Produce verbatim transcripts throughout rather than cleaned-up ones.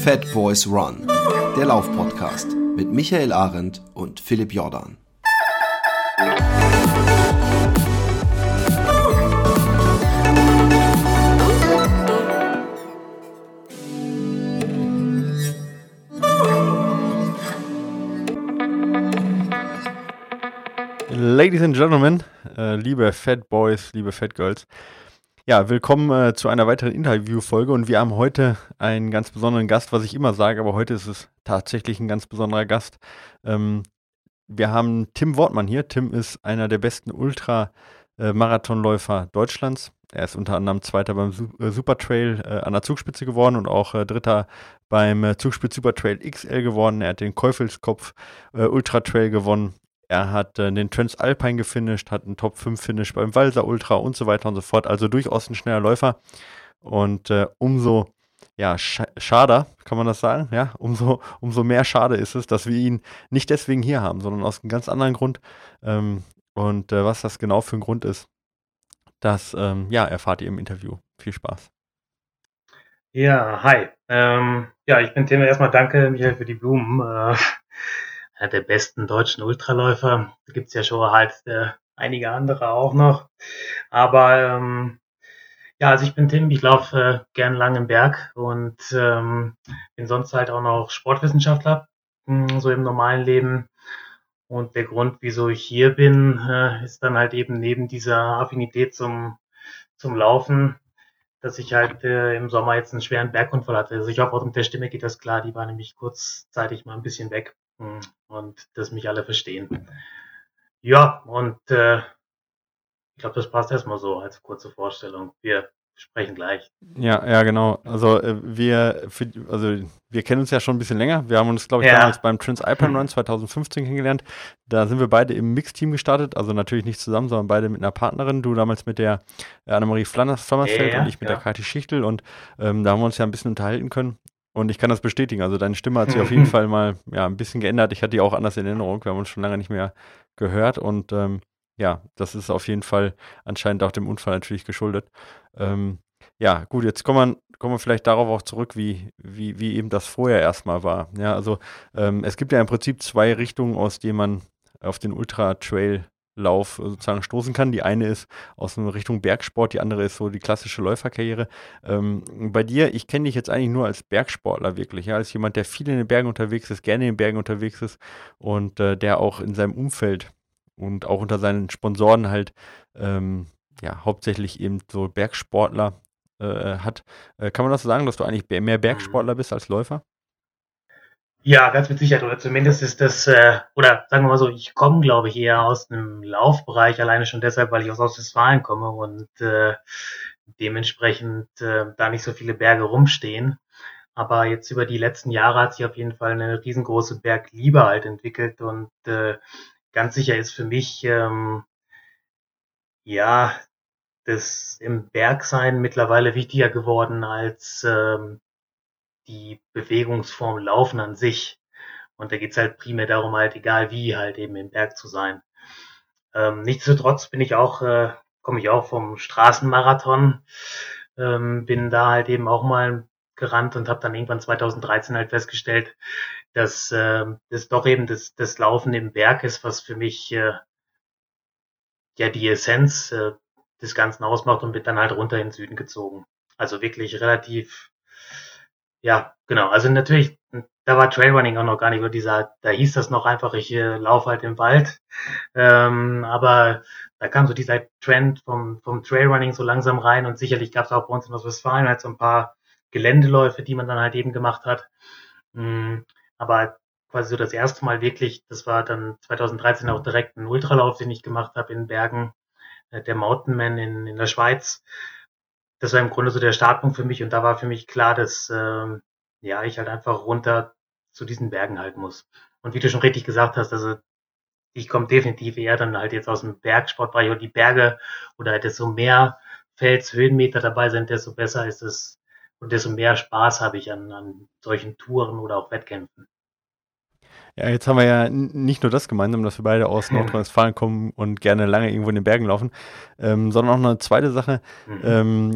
Fat Boys Run, der Laufpodcast mit Michael Arendt und Philipp Jordan. Ladies and Gentlemen, äh, liebe Fat Boys, liebe Fat Girls, ja, willkommen äh, zu einer weiteren Interviewfolge und wir haben heute einen ganz besonderen Gast, was ich immer sage, aber heute ist es tatsächlich ein ganz besonderer Gast. Ähm, wir haben Tim Wortmann hier. Tim ist einer der besten Ultramarathonläufer Deutschlands. Er ist unter anderem Zweiter beim Su- äh, Supertrail äh, an der Zugspitze geworden und auch äh, Dritter beim äh, Zugspitze Supertrail X L geworden. Er hat den Käufelskopf äh, Ultratrail gewonnen. Er hat äh, den Transalpine gefinisht, hat einen Top fünf Finish beim Walser Ultra und so weiter und so fort. Also durchaus ein schneller Läufer. Und äh, umso ja, sch- schade, kann man das sagen? Ja, umso, umso mehr schade ist es, dass wir ihn nicht deswegen hier haben, sondern aus einem ganz anderen Grund. Ähm, und äh, was das genau für ein Grund ist, das ähm, ja, erfahrt ihr im Interview. Viel Spaß. Ja, hi. Ähm, ja, ich bin Tim. Erstmal danke, Michael, für die Blumen. Äh, einer der besten deutschen Ultraläufer. Da gibt's ja schon halt äh, einige andere auch noch. Aber ähm, ja, also ich bin Tim. Ich laufe äh, gern lang im Berg und ähm, bin sonst halt auch noch Sportwissenschaftler, mh, so im normalen Leben. Und der Grund, wieso ich hier bin, äh, ist dann halt eben neben dieser Affinität zum zum Laufen, dass ich halt äh, im Sommer jetzt einen schweren Bergunfall hatte. Also ich hoffe, auch mit der Stimme geht das klar. Die war nämlich kurzzeitig mal ein bisschen weg. Hm, und dass mich alle verstehen. Ja, und äh, ich glaube, das passt erstmal so als kurze Vorstellung. Wir sprechen gleich. Ja, ja, genau. Also äh, wir, für, also wir kennen uns ja schon ein bisschen länger. Wir haben uns, glaube ich, Ja. damals beim Transalpine Run zwanzig fünfzehn kennengelernt. Da sind wir beide im Mixteam gestartet, also natürlich nicht zusammen, sondern beide mit einer Partnerin. Du damals mit der äh, Annemarie Flanners- Flammersfeld Ja, und ich mit ja. der Kathi Schichtel. Und ähm, da haben wir uns ja ein bisschen unterhalten können. Und ich kann das bestätigen. Also deine Stimme hat sich auf jeden Fall mal ja, ein bisschen geändert. Ich hatte die auch anders in Erinnerung. Wir haben uns schon lange nicht mehr gehört. Und ähm, ja, das ist auf jeden Fall anscheinend auch dem Unfall natürlich geschuldet. Ähm, ja, gut, jetzt kommen wir, kommen wir vielleicht darauf auch zurück, wie, wie, wie eben das vorher erstmal war. Ja, also ähm, es gibt ja im Prinzip zwei Richtungen, aus denen man auf den Ultra-Trail-Lauf sozusagen stoßen kann. Die eine ist aus einer Richtung Bergsport, die andere ist so die klassische Läuferkarriere. Ähm, bei dir, ich kenne dich jetzt eigentlich nur als Bergsportler wirklich, ja, als jemand, der viel in den Bergen unterwegs ist, gerne in den Bergen unterwegs ist und äh, der auch in seinem Umfeld und auch unter seinen Sponsoren halt ähm, ja, hauptsächlich eben so Bergsportler äh, hat. Äh, kann man das so sagen, dass du eigentlich be- mehr Bergsportler bist als Läufer? Ja, ganz mit Sicherheit. Oder zumindest ist das, äh, oder sagen wir mal so, ich komme, glaube ich, eher aus einem Laufbereich, alleine schon deshalb, weil ich aus Ostwestfalen komme und äh, dementsprechend äh, da nicht so viele Berge rumstehen. Aber jetzt über die letzten Jahre hat sich auf jeden Fall eine riesengroße Bergliebe halt entwickelt und äh, ganz sicher ist für mich, ähm, ja, das im Bergsein mittlerweile wichtiger geworden als ähm, die Bewegungsform Laufen an sich. Und da geht's halt primär darum, halt egal wie, halt eben im Berg zu sein. Ähm, nichtsdestotrotz bin ich auch, äh, komme ich auch vom Straßenmarathon, ähm, bin da halt eben auch mal gerannt und habe dann irgendwann zwanzig dreizehn halt festgestellt, dass äh, das doch eben das, das Laufen im Berg ist, was für mich äh, ja die Essenz äh, des Ganzen ausmacht und bin dann halt runter in den Süden gezogen. Also wirklich relativ, ja, genau. Also natürlich, da war Trailrunning auch noch gar nicht so dieser, da hieß das noch einfach, ich äh, laufe halt im Wald. Ähm, aber da kam so dieser Trend vom, vom Trailrunning so langsam rein und sicherlich gab es auch bei uns in Ostwestfalen halt so ein paar Geländeläufe, die man dann halt eben gemacht hat. Mm, aber quasi so das erste Mal wirklich, das war dann zwanzig dreizehn auch direkt ein Ultralauf, den ich gemacht habe in Bergen, äh, der Mountain Man in, in der Schweiz. Das war im Grunde so der Startpunkt für mich und da war für mich klar, dass ähm, ja ich halt einfach runter zu diesen Bergen halt muss. Und wie du schon richtig gesagt hast, also ich komme definitiv eher dann halt jetzt aus dem Bergsportbereich und die Berge oder halt desto mehr Fels, Höhenmeter dabei sind, desto besser ist es und desto mehr Spaß habe ich an, an solchen Touren oder auch Wettkämpfen. Ja, jetzt haben wir ja n- nicht nur das gemeinsam, dass wir beide aus Nordrhein-Westfalen kommen und gerne lange irgendwo in den Bergen laufen, ähm, sondern auch eine zweite Sache. Mhm. Ähm,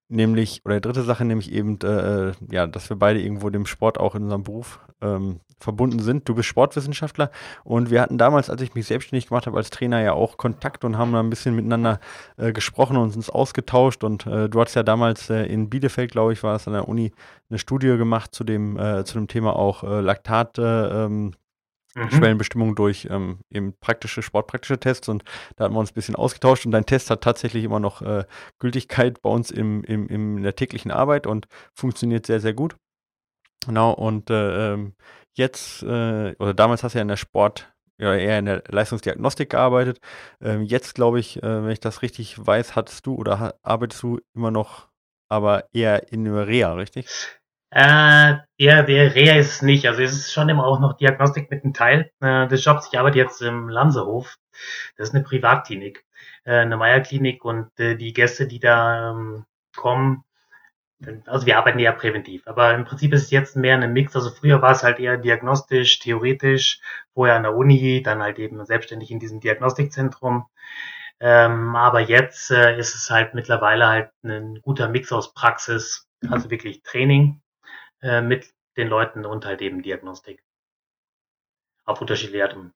nämlich, oder die dritte Sache, nämlich eben, äh, ja, dass wir beide irgendwo dem Sport auch in unserem Beruf ähm, verbunden sind. Du bist Sportwissenschaftler und wir hatten damals, als ich mich selbstständig gemacht habe als Trainer, ja auch Kontakt und haben da ein bisschen miteinander äh, gesprochen und uns ausgetauscht. Und äh, du hattest ja damals äh, in Bielefeld, glaube ich, war es an der Uni, eine Studie gemacht zu dem, äh, zu dem Thema auch äh, Laktat, äh, ähm, Mhm. Schwellenbestimmung durch ähm, eben praktische, sportpraktische Tests, und da hatten wir uns ein bisschen ausgetauscht, und dein Test hat tatsächlich immer noch äh, Gültigkeit bei uns im, im, im, in der täglichen Arbeit und funktioniert sehr, sehr gut. Genau, und äh, ähm, jetzt, äh, oder damals hast du ja in der Sport, ja, eher in der Leistungsdiagnostik gearbeitet. Ähm, jetzt, glaube ich, äh, wenn ich das richtig weiß, hattest du oder ha arbeitest du immer noch, aber eher in der Reha, richtig? Äh, der, der Reha ist es nicht. Also es ist schon immer auch noch Diagnostik mit einem Teil äh, des Jobs. Ich arbeite jetzt im Lansehof. Das ist eine Privatklinik, äh, eine Meierklinik, und äh, die Gäste, die da ähm, kommen, also wir arbeiten eher präventiv, aber im Prinzip ist es jetzt mehr ein Mix. Also früher war es halt eher diagnostisch, theoretisch, vorher an der Uni, dann halt eben selbstständig in diesem Diagnostikzentrum. Ähm, aber jetzt äh, ist es halt mittlerweile halt ein guter Mix aus Praxis, also wirklich Training äh, mit den Leuten und halt eben Diagnostik auf unterschiedliche Art.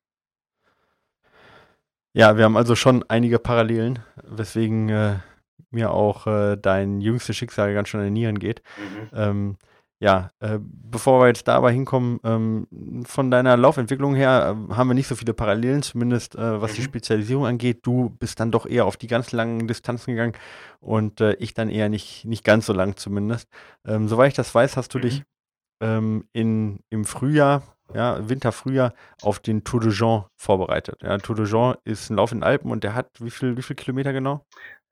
Ja, wir haben also schon einige Parallelen, weswegen äh, mir auch äh, dein jüngstes Schicksal ganz schön an den Nieren geht. Mhm. Ähm, ja, äh, bevor wir jetzt dabei hinkommen, ähm, von deiner Laufentwicklung her äh, haben wir nicht so viele Parallelen, zumindest äh, was die Mhm. Spezialisierung angeht. Du bist dann doch eher auf die ganz langen Distanzen gegangen und äh, ich dann eher nicht, nicht ganz so lang zumindest. Ähm, soweit ich das weiß, hast du dich Mhm. ähm, in, im Frühjahr, ja, Winter, Frühjahr, auf den Tour de Jean vorbereitet. Ja, Tour de Jean ist ein Lauf in den Alpen und der hat wie viel, wie viel Kilometer genau?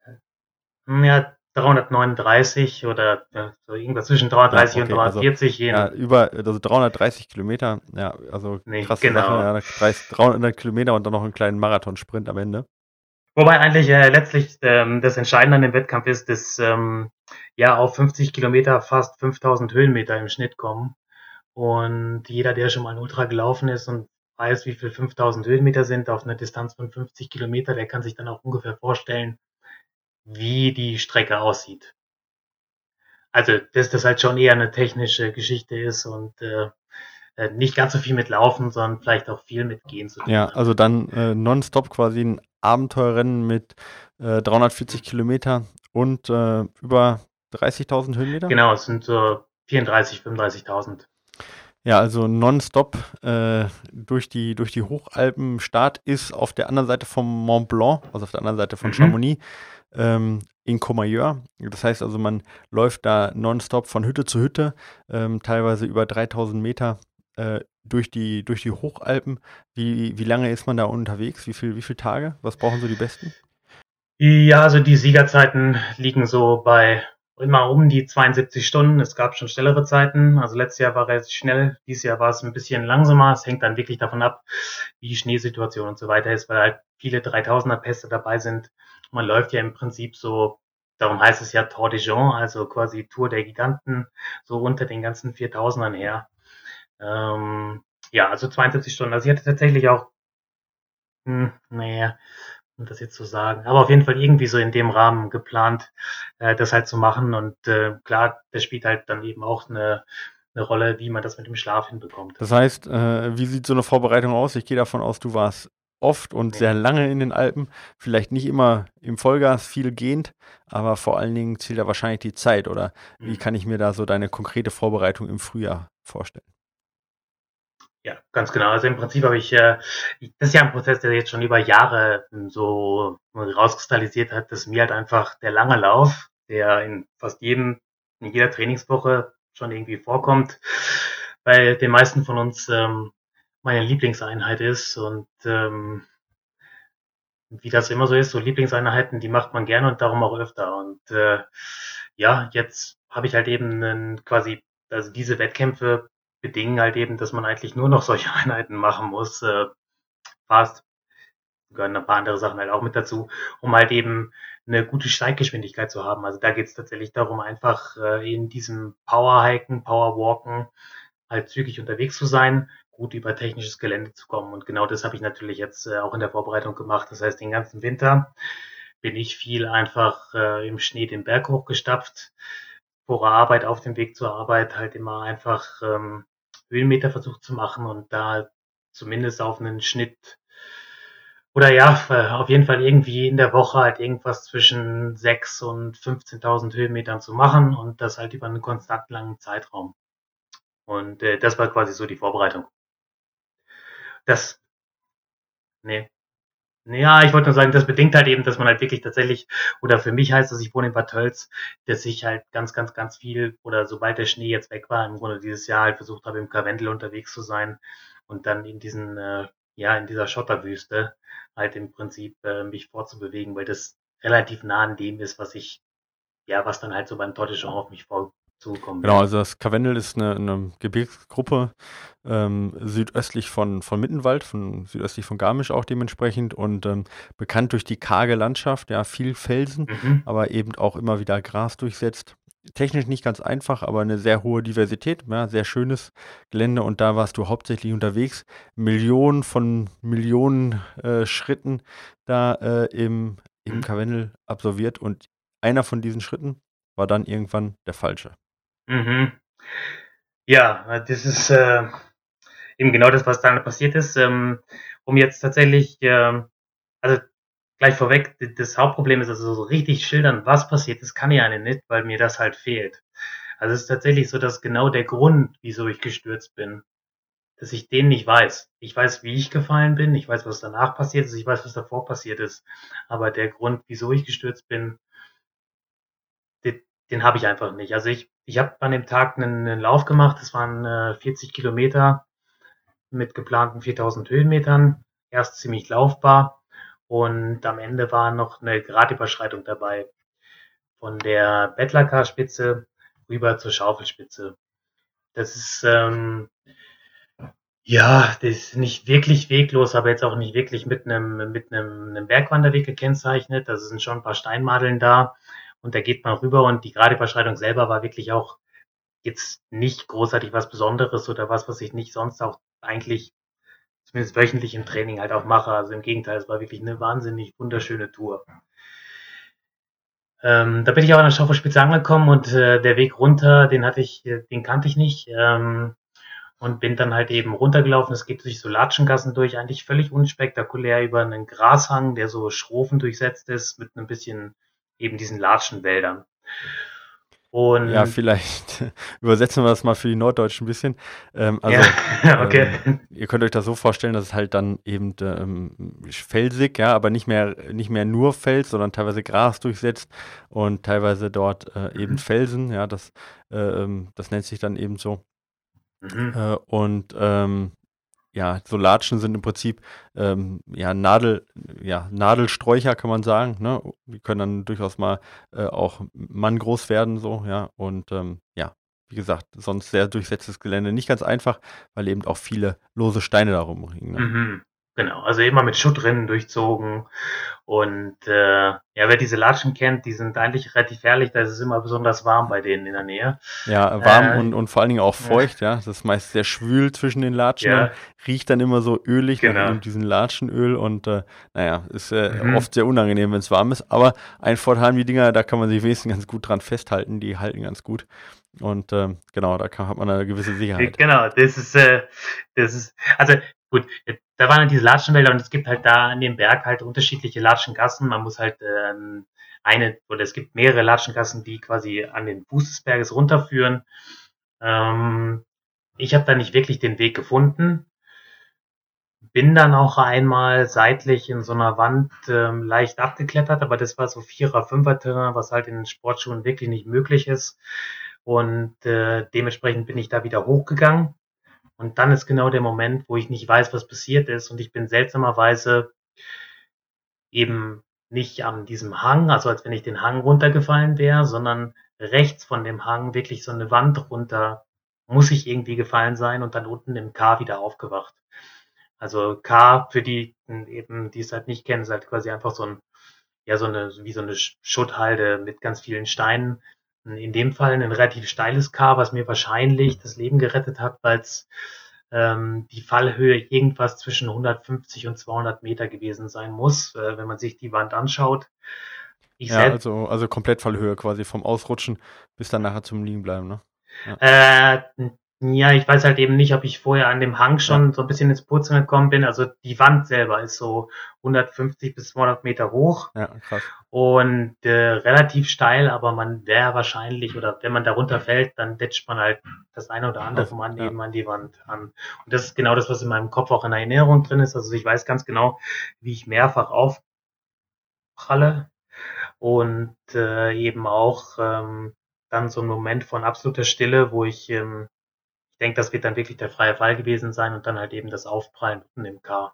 Ja, dreihundertneununddreißig oder ja, so irgendwas zwischen Ja, dreihundertdreißig und okay, also dreihundertvierzig, ja, je, über also dreihundertdreißig Kilometer, ja, also nee, krasse Sache, genau. ja, dreißig, dreihundert Kilometer und dann noch einen kleinen Marathonsprint am Ende. Wobei eigentlich äh, letztlich ähm, das Entscheidende an dem Wettkampf ist, dass ähm, ja auf fünfzig Kilometer fast fünftausend Höhenmeter im Schnitt kommen. Und jeder, der schon mal ein Ultra gelaufen ist und weiß, wie viel fünftausend Höhenmeter sind auf einer Distanz von fünfzig Kilometer, der kann sich dann auch ungefähr vorstellen, wie die Strecke aussieht. Also, dass das halt schon eher eine technische Geschichte ist und äh, äh, nicht ganz so viel mit Laufen, sondern vielleicht auch viel mit Gehen zu tun Ja, hat. also dann äh, nonstop quasi ein Abenteuerrennen mit äh, dreihundertvierzig Kilometer und äh, über dreißigtausend Höhenmeter. Genau, es sind so vierunddreißig, fünfunddreißigtausend. Ja, also nonstop äh, durch die, durch die Hochalpen. Start ist auf der anderen Seite vom Mont Blanc, also auf der anderen Seite von Mhm. Chamonix, ähm, in Courmayeur. Das heißt also, man läuft da nonstop von Hütte zu Hütte, ähm, teilweise über dreitausend Meter äh, durch die, durch die Hochalpen. Wie, wie lange ist man da unterwegs? Wie viel, wie viele Tage? Was brauchen so die Besten? Ja, also die Siegerzeiten liegen so bei immer um die zweiundsiebzig Stunden. Es gab schon schnellere Zeiten. Also letztes Jahr war es schnell, dieses Jahr war es ein bisschen langsamer. Es hängt dann wirklich davon ab, wie die Schneesituation und so weiter ist, weil halt viele dreitausender-Pässe dabei sind. Man läuft ja im Prinzip so, darum heißt es ja Tour de Jean, also quasi Tour der Giganten, so unter den ganzen viertausendern her. Ähm, ja, also zweiundsiebzig Stunden. Also ich hatte tatsächlich auch, hm, naja, um das jetzt zu sagen. Aber auf jeden Fall irgendwie so in dem Rahmen geplant, äh, das halt zu machen. Und äh, klar, das spielt halt dann eben auch eine, eine Rolle, wie man das mit dem Schlaf hinbekommt. Das heißt, äh, wie sieht so eine Vorbereitung aus? Ich gehe davon aus, du warst oft und sehr lange in den Alpen, vielleicht nicht immer im Vollgas, viel gehend, aber vor allen Dingen zählt ja wahrscheinlich die Zeit, oder wie kann ich mir da so deine konkrete Vorbereitung im Frühjahr vorstellen? Ja, ganz genau. Also im Prinzip habe ich, äh, das ist ja ein Prozess, der jetzt schon über Jahre so rauskristallisiert hat, dass mir halt einfach der lange Lauf, der in fast jedem, in jeder Trainingswoche schon irgendwie vorkommt, bei den meisten von uns ähm, meine Lieblingseinheit ist. Und ähm, wie das immer so ist, so Lieblingseinheiten, die macht man gerne und darum auch öfter. Und äh, ja, jetzt habe ich halt eben einen, quasi, also diese Wettkämpfe bedingen halt eben, dass man eigentlich nur noch solche Einheiten machen muss. Äh, fast gehören ein paar andere Sachen halt auch mit dazu, um halt eben eine gute Steiggeschwindigkeit zu haben. Also da geht es tatsächlich darum, einfach äh, in diesem Powerhiken, Powerwalken halt zügig unterwegs zu sein, gut über technisches Gelände zu kommen. Und genau das habe ich natürlich jetzt äh, auch in der Vorbereitung gemacht. Das heißt, den ganzen Winter bin ich viel einfach äh, im Schnee den Berg hochgestapft, vor der Arbeit, auf dem Weg zur Arbeit halt immer einfach ähm, Höhenmeter versucht zu machen und da zumindest auf einen Schnitt oder ja, äh, auf jeden Fall irgendwie in der Woche halt irgendwas zwischen sechs und fünfzehntausend Höhenmetern zu machen und das halt über einen konstant langen Zeitraum. Und äh, das war quasi so die Vorbereitung. Das, nee. Ja, ich wollte nur sagen, das bedingt halt eben, dass man halt wirklich tatsächlich, oder für mich heißt das, ich wohne in Bad Tölz, dass ich halt ganz, ganz, ganz viel, oder sobald der Schnee jetzt weg war, im Grunde dieses Jahr halt versucht habe, im Karwendel unterwegs zu sein und dann in diesen, äh, ja, in dieser Schotterwüste halt im Prinzip äh, mich fortzubewegen, weil das relativ nah an dem ist, was ich, ja, was dann halt so beim Tour de Jean auf mich vorzugekommen Genau, wäre. also das Karwendel ist eine, eine Gebirgsgruppe ähm, südöstlich von, von Mittenwald, von südöstlich von Garmisch auch dementsprechend und ähm, bekannt durch die karge Landschaft, ja, viel Felsen, Mhm. aber eben auch immer wieder Gras durchsetzt. Technisch nicht ganz einfach, aber eine sehr hohe Diversität, ja, sehr schönes Gelände und da warst du hauptsächlich unterwegs. Millionen von Millionen äh, Schritten da äh, im, im Mhm. Karwendel absolviert und einer von diesen Schritten war dann irgendwann der falsche. Mhm. Ja, das ist äh, eben genau das, was dann passiert ist. Ähm, um jetzt tatsächlich, ähm, also gleich vorweg, d- das Hauptproblem ist also so richtig schildern, was passiert ist, kann ich eine nicht, weil mir das halt fehlt. Also es ist tatsächlich so, dass genau der Grund, wieso ich gestürzt bin, dass ich den nicht weiß. Ich weiß, wie ich gefallen bin, ich weiß, was danach passiert ist, ich weiß, was davor passiert ist, aber der Grund, wieso ich gestürzt bin, den, den habe ich einfach nicht. Also ich, ich habe an dem Tag einen, einen Lauf gemacht, das waren äh, vierzig Kilometer mit geplanten viertausend Höhenmetern, erst ziemlich laufbar und am Ende war noch eine Gratüberschreitung dabei, von der Bettlerkar-Spitze rüber zur Schaufelspitze. Das ist, ähm, ja, das ist nicht wirklich weglos, aber jetzt auch nicht wirklich mit einem, mit einem, einem Bergwanderweg gekennzeichnet. Da sind schon ein paar Steinmadeln da und da geht man rüber und die Gratüberschreitung selber war wirklich auch jetzt nicht großartig was Besonderes oder was, was ich nicht sonst auch eigentlich zumindest wöchentlich im Training halt auch mache. Also im Gegenteil, es war wirklich eine wahnsinnig wunderschöne Tour. Ähm, da bin ich auch an der Schaufelspitze angekommen und äh, der Weg runter, den hatte ich, äh, den kannte ich nicht ähm, und bin dann halt eben runtergelaufen. Es geht durch so Latschengassen durch, eigentlich völlig unspektakulär über einen Grashang, der so Schrofen durchsetzt ist mit ein bisschen eben diesen Latschenwäldern. Ja, Und vielleicht übersetzen wir das mal für die Norddeutschen ein bisschen. Ähm, also, ja, okay. ähm, ihr könnt euch das so vorstellen, dass es halt dann eben ähm, felsig, ja, aber nicht mehr, nicht mehr nur Fels, sondern teilweise Gras durchsetzt und teilweise dort äh, eben Mhm. Felsen, ja, das, äh, ähm, das nennt sich dann eben so. Mhm. Äh, und ähm, ja, so Latschen sind im Prinzip ähm, ja, Nadel, ja, Nadelsträucher, kann man sagen. Ne? Die können dann durchaus mal äh, auch manngroß werden, so, ja. Und ähm, ja, wie gesagt, sonst sehr durchsetztes Gelände. Nicht ganz einfach, weil eben auch viele lose Steine da rumliegen. Ne? Mhm. Genau, also immer mit Schuttrinnen durchzogen. Und äh, ja, wer diese Latschen kennt, die sind eigentlich relativ herrlich, da ist es immer besonders warm bei denen in der Nähe. Ja, warm Äh, und, und vor allen Dingen auch feucht, ja. Das ist meist sehr schwül zwischen den Latschen dann, ja, riecht dann immer so ölig nach genau. eben diesem Latschenöl und äh, naja, ist äh, Mhm. oft sehr unangenehm, wenn es warm ist. Aber ein Vorteil haben die Dinger, da kann man sich wenigstens ganz gut dran festhalten, die halten ganz gut. Und ähm, genau, da kann, hat man eine gewisse Sicherheit. Genau, das ist, äh, das ist, also gut, da waren halt diese Latschenwälder und es gibt halt da an dem Berg halt unterschiedliche Latschengassen. Man muss halt ähm, eine, oder es gibt mehrere Latschengassen, die quasi an den Fuß des Berges runterführen. Ähm, ich habe da nicht wirklich den Weg gefunden. Bin dann auch einmal seitlich in so einer Wand ähm, leicht abgeklettert, aber das war so Vierer-, Fünfer-Terrain, was halt in den Sportschuhen wirklich nicht möglich ist. Und äh, dementsprechend bin ich da wieder hochgegangen. Und dann ist genau der Moment, wo ich nicht weiß, was passiert ist. Und ich bin seltsamerweise eben nicht an diesem Hang, also als wenn ich den Hang runtergefallen wäre, sondern rechts von dem Hang wirklich so eine Wand runter muss ich irgendwie gefallen sein und dann unten im K wieder aufgewacht. Also K, für die eben, die es halt nicht kennen, ist halt quasi einfach so ein, ja, so eine, wie so eine Schutthalde mit ganz vielen Steinen. In dem Fall ein relativ steiles K, was mir wahrscheinlich das Leben gerettet hat, weil es ähm, die Fallhöhe irgendwas zwischen hundertfünfzig und zweihundert Meter gewesen sein muss, äh, wenn man sich die Wand anschaut. Ich Ja, selbst, also, also komplett Fallhöhe quasi vom Ausrutschen bis dann nachher zum Liegenbleiben, ne? Ja. äh, ja, ich weiß halt eben nicht, ob ich vorher an dem Hang schon Ja. so ein bisschen ins Purzeln gekommen bin. Also die Wand selber ist so hundertfünfzig bis zweihundert Meter hoch. Ja, krass. Und äh, relativ steil, aber man wäre wahrscheinlich, oder wenn man darunter fällt, dann ditcht man halt das eine oder andere Auf, Mal ja. eben an die Wand an. Und das ist genau das, was in meinem Kopf auch in der Erinnerung drin ist. Also ich weiß ganz genau, wie ich mehrfach aufpralle und äh, eben auch ähm, dann so ein Moment von absoluter Stille, wo ich, ähm, ich denke, das wird dann wirklich der freie Fall gewesen sein und dann halt eben das Aufprallen unten im K.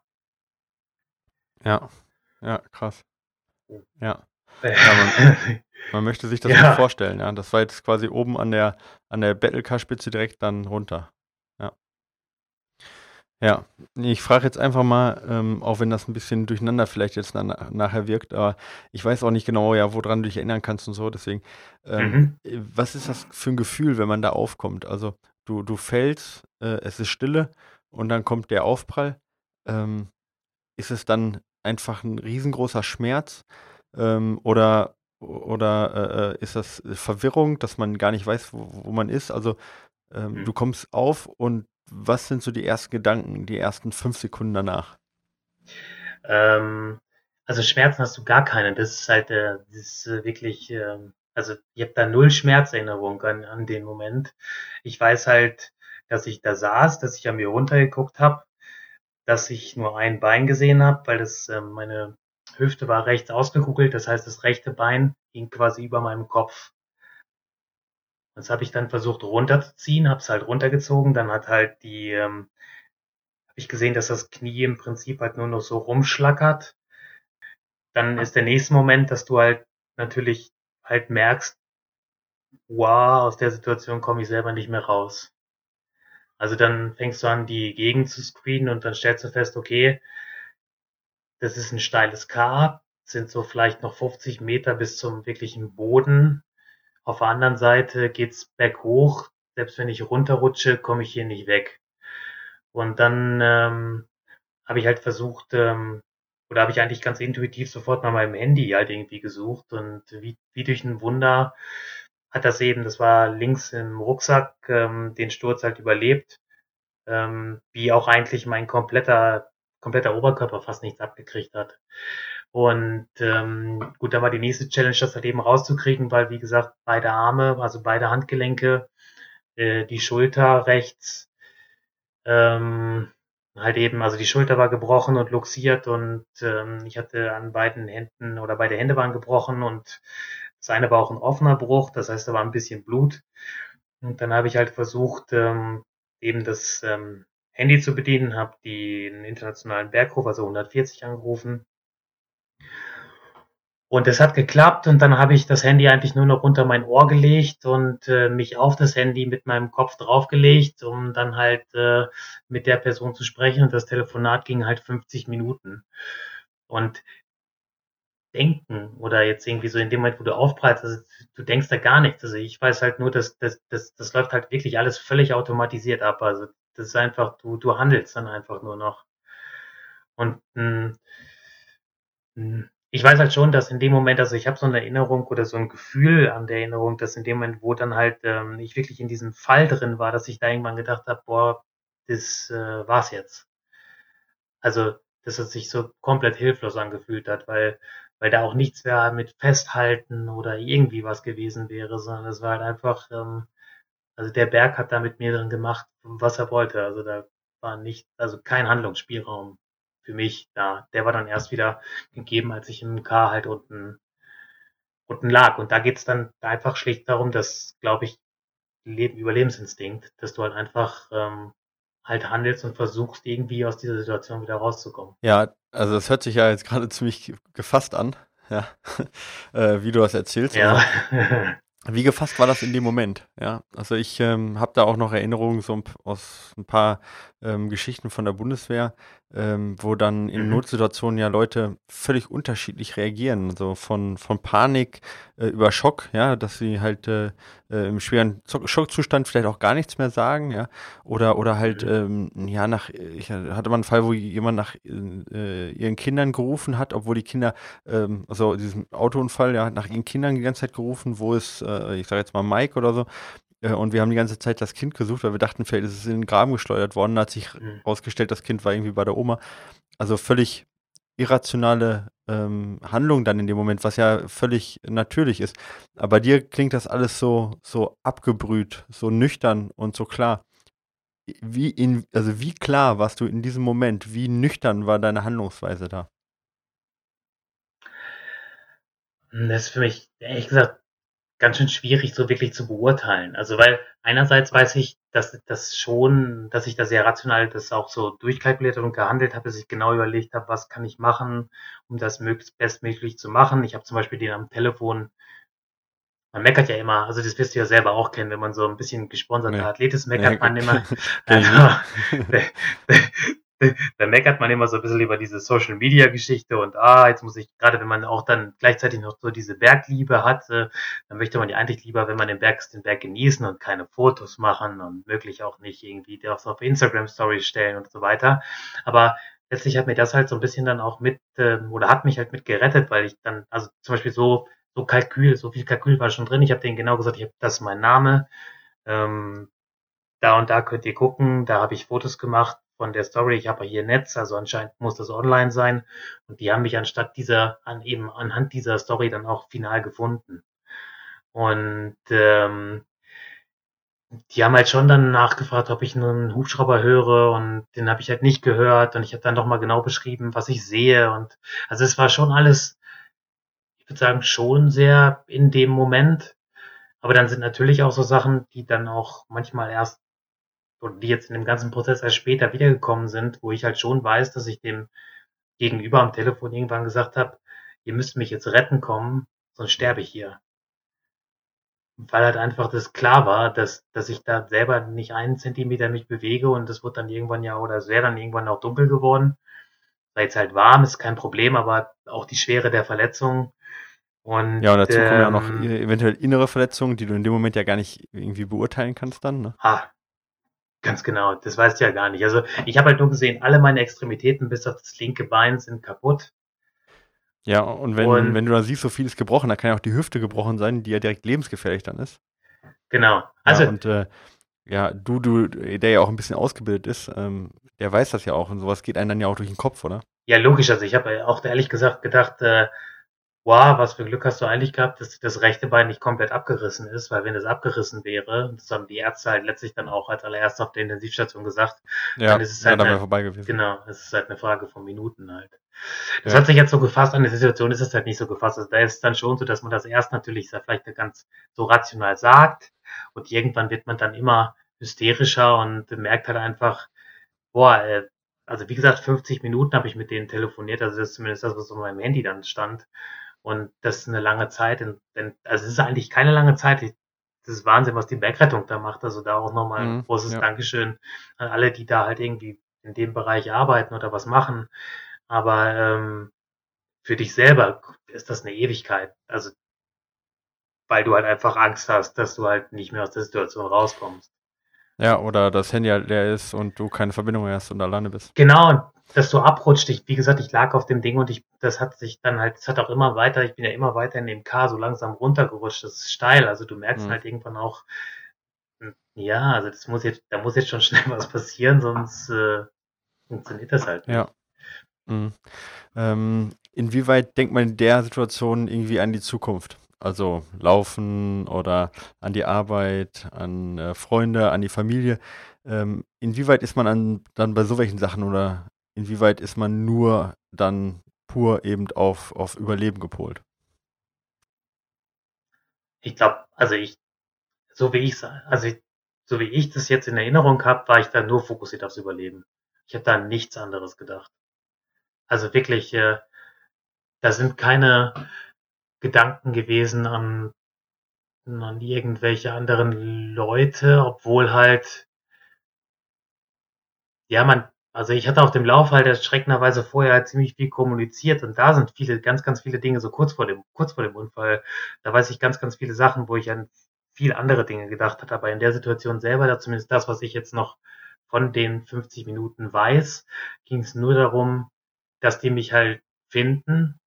Ja, ja, krass. Ja. Äh, Ja, man, man möchte sich das Ja. gut vorstellen, ja. Das war jetzt quasi oben an der, an der Battle-Car-Spitze direkt dann runter. Ja. Ja, nee, ich frage jetzt einfach mal, ähm, auch wenn das ein bisschen durcheinander vielleicht jetzt na, nachher wirkt, aber ich weiß auch nicht genau, ja, woran du dich erinnern kannst und so, deswegen, ähm, Mhm. äh, was ist das für ein Gefühl, wenn man da aufkommt? Also du, du fällst, äh, es ist Stille und dann kommt der Aufprall. Ähm, ist es dann einfach ein riesengroßer Schmerz? Ähm, oder oder äh, äh, ist das Verwirrung, dass man gar nicht weiß, wo, wo man ist? Also ähm, Mhm. du kommst auf und was sind so die ersten Gedanken, die ersten fünf Sekunden danach? Ähm, also Schmerzen hast du gar keine. Das ist halt äh, das ist äh, wirklich, ähm, also ich habe da null Schmerzerinnerung an, an den Moment. Ich weiß halt, dass ich da saß, dass ich an mir runtergeguckt habe, dass ich nur ein Bein gesehen habe, weil das ähm, meine Hüfte war rechts ausgekugelt, das heißt, das rechte Bein hing quasi über meinem Kopf. Das habe ich dann versucht runterzuziehen, habe es halt runtergezogen, dann hat halt die, ähm, habe ich gesehen, dass das Knie im Prinzip halt nur noch so rumschlackert. Dann ist der nächste Moment, dass du halt natürlich halt merkst, wow, aus der Situation komme ich selber nicht mehr raus. Also dann fängst du an, die Gegend zu screenen und dann stellst du fest, okay, das ist ein steiles K, sind so vielleicht noch fünfzig Meter bis zum wirklichen Boden. Auf der anderen Seite geht's berghoch. Selbst wenn ich runterrutsche, komme ich hier nicht weg. Und dann ähm, habe ich halt versucht, ähm, oder habe ich eigentlich ganz intuitiv sofort nach meinem Handy halt irgendwie gesucht und wie, wie durch ein Wunder hat das eben, das war links im Rucksack, ähm, den Sturz halt überlebt, ähm, wie auch eigentlich mein kompletter, kompletter Oberkörper fast nichts abgekriegt hat. Und ähm, gut, da war die nächste Challenge, das halt eben rauszukriegen, weil wie gesagt, beide Arme, also beide Handgelenke, äh, die Schulter rechts, ähm, halt eben, also die Schulter war gebrochen und luxiert und ähm, ich hatte an beiden Händen oder beide Hände waren gebrochen und das eine war auch ein offener Bruch, das heißt, da war ein bisschen Blut. Und dann habe ich halt versucht, ähm, eben das ähm, Handy zu bedienen, habe den internationalen Bergruf, also hundertvierzig, angerufen. Und es hat geklappt und dann habe ich das Handy eigentlich nur noch unter mein Ohr gelegt und äh, mich auf das Handy mit meinem Kopf draufgelegt, um dann halt äh, mit der Person zu sprechen. Und das Telefonat ging halt fünfzig Minuten. Und denken oder jetzt irgendwie so in dem Moment, wo du aufprallst, also du denkst da gar nichts. Also ich weiß halt nur, dass das, das, das läuft halt wirklich alles völlig automatisiert ab. Also das ist einfach, du, du handelst dann einfach nur noch. Und mh, mh, ich weiß halt schon, dass in dem Moment, also ich habe so eine Erinnerung oder so ein Gefühl an der Erinnerung, dass in dem Moment, wo dann halt ähm, ich wirklich in diesem Fall drin war, dass ich da irgendwann gedacht habe, boah, das äh, war's jetzt. Also, dass es sich so komplett hilflos angefühlt hat, weil, weil da auch nichts mehr mit Festhalten oder irgendwie was gewesen wäre, sondern es war halt einfach, ähm, also der Berg hat da mit mir drin gemacht, was er wollte. Also da war nicht, also kein Handlungsspielraum für mich da. Der war dann erst wieder gegeben, als ich im K halt unten, unten lag. Und da geht's dann einfach schlicht darum, dass, glaube ich, Leben, Überlebensinstinkt, dass du halt einfach ähm, halt handelst und versuchst, irgendwie aus dieser Situation wieder rauszukommen. Ja, also das hört sich ja jetzt gerade ziemlich gefasst an, ja, äh, wie du das erzählst. Also Ja. wie gefasst war das in dem Moment? Ja, also ich ähm, habe da auch noch Erinnerungen so ein, aus ein paar ähm, Geschichten von der Bundeswehr. ähm, wo dann in Mhm. Notsituationen ja Leute völlig unterschiedlich reagieren. So von, von Panik äh, über Schock, ja, dass sie halt äh, äh, im schweren Zo- Schockzustand vielleicht auch gar nichts mehr sagen, ja. Oder, oder halt, Mhm. ähm, ja, nach, ich hatte mal einen Fall, wo jemand nach äh, ihren Kindern gerufen hat, obwohl die Kinder, ähm, also diesem Autounfall, ja, hat nach ihren Kindern die ganze Zeit gerufen, wo ist, äh, ich sage jetzt mal Mike oder so. Äh, und wir haben die ganze Zeit das Kind gesucht, weil wir dachten, vielleicht ist es in den Graben geschleudert worden. Da hat sich Mhm. rausgestellt, das Kind war irgendwie bei der Oma. Also völlig irrationale ähm, Handlung dann in dem Moment, was ja völlig natürlich ist. Aber bei dir klingt das alles so, so abgebrüht, so nüchtern und so klar. Wie in, also wie klar warst du in diesem Moment? Wie nüchtern war deine Handlungsweise da? Hm, das ist für mich ehrlich gesagt ganz schön schwierig, so wirklich zu beurteilen. Also, weil einerseits weiß ich, dass das schon dass ich da sehr rational das auch so durchkalkuliert und gehandelt habe, dass ich genau überlegt habe: „Was kann ich machen, um das möglichst bestmöglich zu machen?“ Ich habe zum Beispiel den am Telefon man meckert ja immer, also das wirst du ja selber auch kennen, wenn man so ein bisschen gesponserter Nee. Athlet ist, Nee, meckert man immer. kenn ich Also, nicht. da meckert man immer so ein bisschen über diese Social-Media-Geschichte und, ah, jetzt muss ich gerade wenn man auch dann gleichzeitig noch so diese Bergliebe hat, äh, dann möchte man ja eigentlich lieber, wenn man den Berg ist, den Berg genießen und keine Fotos machen und möglich auch nicht irgendwie das auf Instagram Stories stellen und so weiter. Aber letztlich hat mir das halt so ein bisschen dann auch mit, ähm oder hat mich halt mit gerettet, weil ich dann also zum Beispiel so so Kalkül, so viel Kalkül war schon drin. Ich habe denen genau gesagt, ich habe das ist mein Name. Ähm, da und da könnt ihr gucken. Da habe ich Fotos gemacht von der Story. Ich habe hier Netz, also anscheinend muss das online sein. Und die haben mich anstatt dieser, an eben anhand dieser Story dann auch final gefunden. Und ähm, die haben halt schon dann nachgefragt, ob ich einen Hubschrauber höre und den habe ich halt nicht gehört und ich habe dann noch mal genau beschrieben, was ich sehe und also es war schon alles, ich würde sagen, schon sehr in dem Moment. Aber dann sind natürlich auch so Sachen, die dann auch manchmal erst oder die jetzt in dem ganzen Prozess erst später wiedergekommen sind, wo ich halt schon weiß, dass ich dem Gegenüber am Telefon irgendwann gesagt habe, ihr müsst mich jetzt retten kommen, sonst sterbe ich hier. Weil halt einfach das klar war, dass, dass ich da selber nicht einen Zentimeter mich bewege und es wird dann irgendwann ja, oder es wäre dann irgendwann auch dunkel geworden. War jetzt halt warm, ist kein Problem, aber auch die Schwere der Verletzung und Ja, und dazu kommen ja auch noch ähm, e- eventuell innere Verletzungen, die du in dem Moment ja gar nicht irgendwie beurteilen kannst dann, ne? ah, ganz genau, das weißt du ja gar nicht. Also ich habe halt nur gesehen, alle meine Extremitäten bis auf das linke Bein sind kaputt. Ja, und wenn, Und wenn du da siehst, so viel ist gebrochen, da kann ja auch die Hüfte gebrochen sein, die ja direkt lebensgefährlich dann ist. genau. Ja, Also, und äh, ja, du, du, der ja auch ein bisschen ausgebildet ist, ähm, der weiß das ja auch und sowas geht einem dann ja auch durch den Kopf, oder? ja, logisch. Also ich habe auch ehrlich gesagt gedacht, äh, wow, was für Glück hast du eigentlich gehabt, dass das rechte Bein nicht komplett abgerissen ist, weil wenn es abgerissen wäre, das haben die Ärzte halt letztlich dann auch als allererst auf der Intensivstation gesagt, dann Ja, ist es ja, halt da wäre eine, vorbei gewesen. genau, es ist halt eine Frage von Minuten halt. Das Ja, hat sich jetzt so gefasst, an der Situation ist es halt nicht so gefasst. Also da ist es dann schon so, dass man das erst natürlich vielleicht ganz so rational sagt und irgendwann wird man dann immer hysterischer und merkt halt einfach, boah, äh, also wie gesagt, fünfzig Minuten habe ich mit denen telefoniert, also das ist zumindest das, was auf meinem Handy dann stand. Und das ist eine lange Zeit, denn, denn also es ist eigentlich keine lange Zeit. Ich, das ist Wahnsinn, was die Bergrettung da macht. Also da auch nochmal ein mhm, großes ja. Dankeschön an alle, die da halt irgendwie in dem Bereich arbeiten oder was machen. Aber ähm, für dich selber ist das eine Ewigkeit. Also weil du halt einfach Angst hast, dass du halt nicht mehr aus der Situation rauskommst. Ja, oder das Handy halt leer ist und du keine Verbindung mehr hast und alleine bist. Genau, dass du abrutscht. Ich, wie gesagt, ich lag auf dem Ding und ich, das hat sich dann halt, das hat auch immer weiter, ich bin ja immer weiter in dem K so langsam runtergerutscht. Das ist steil. Also du merkst Mhm. halt irgendwann auch, hm, ja, also das muss jetzt, da muss jetzt schon schnell was passieren, sonst äh, funktioniert das halt nicht. Ja. Mhm. Ähm, inwieweit denkt man in der Situation irgendwie an die Zukunft? Also Laufen oder an die Arbeit, an äh, Freunde, an die Familie. Ähm, inwieweit ist man an, dann bei so welchen Sachen oder inwieweit ist man nur dann pur eben auf, auf Überleben gepolt? Ich glaube, also ich, so wie ich also ich, so wie ich das jetzt in Erinnerung habe, war ich da nur fokussiert aufs Überleben. Ich habe da an nichts anderes gedacht. Also wirklich, äh, da sind keine Gedanken gewesen an an irgendwelche anderen Leute, obwohl halt, ja, man, Also ich hatte auf dem Lauf halt erschreckenderweise vorher halt ziemlich viel kommuniziert und da sind viele, ganz, ganz viele Dinge so kurz vor dem, kurz vor dem Unfall. Da weiß ich ganz, ganz viele Sachen, wo ich an viel andere Dinge gedacht hatte. Aber in der Situation selber, da zumindest das, was ich jetzt noch von den fünfzig Minuten weiß, ging es nur darum, dass die mich halt finden.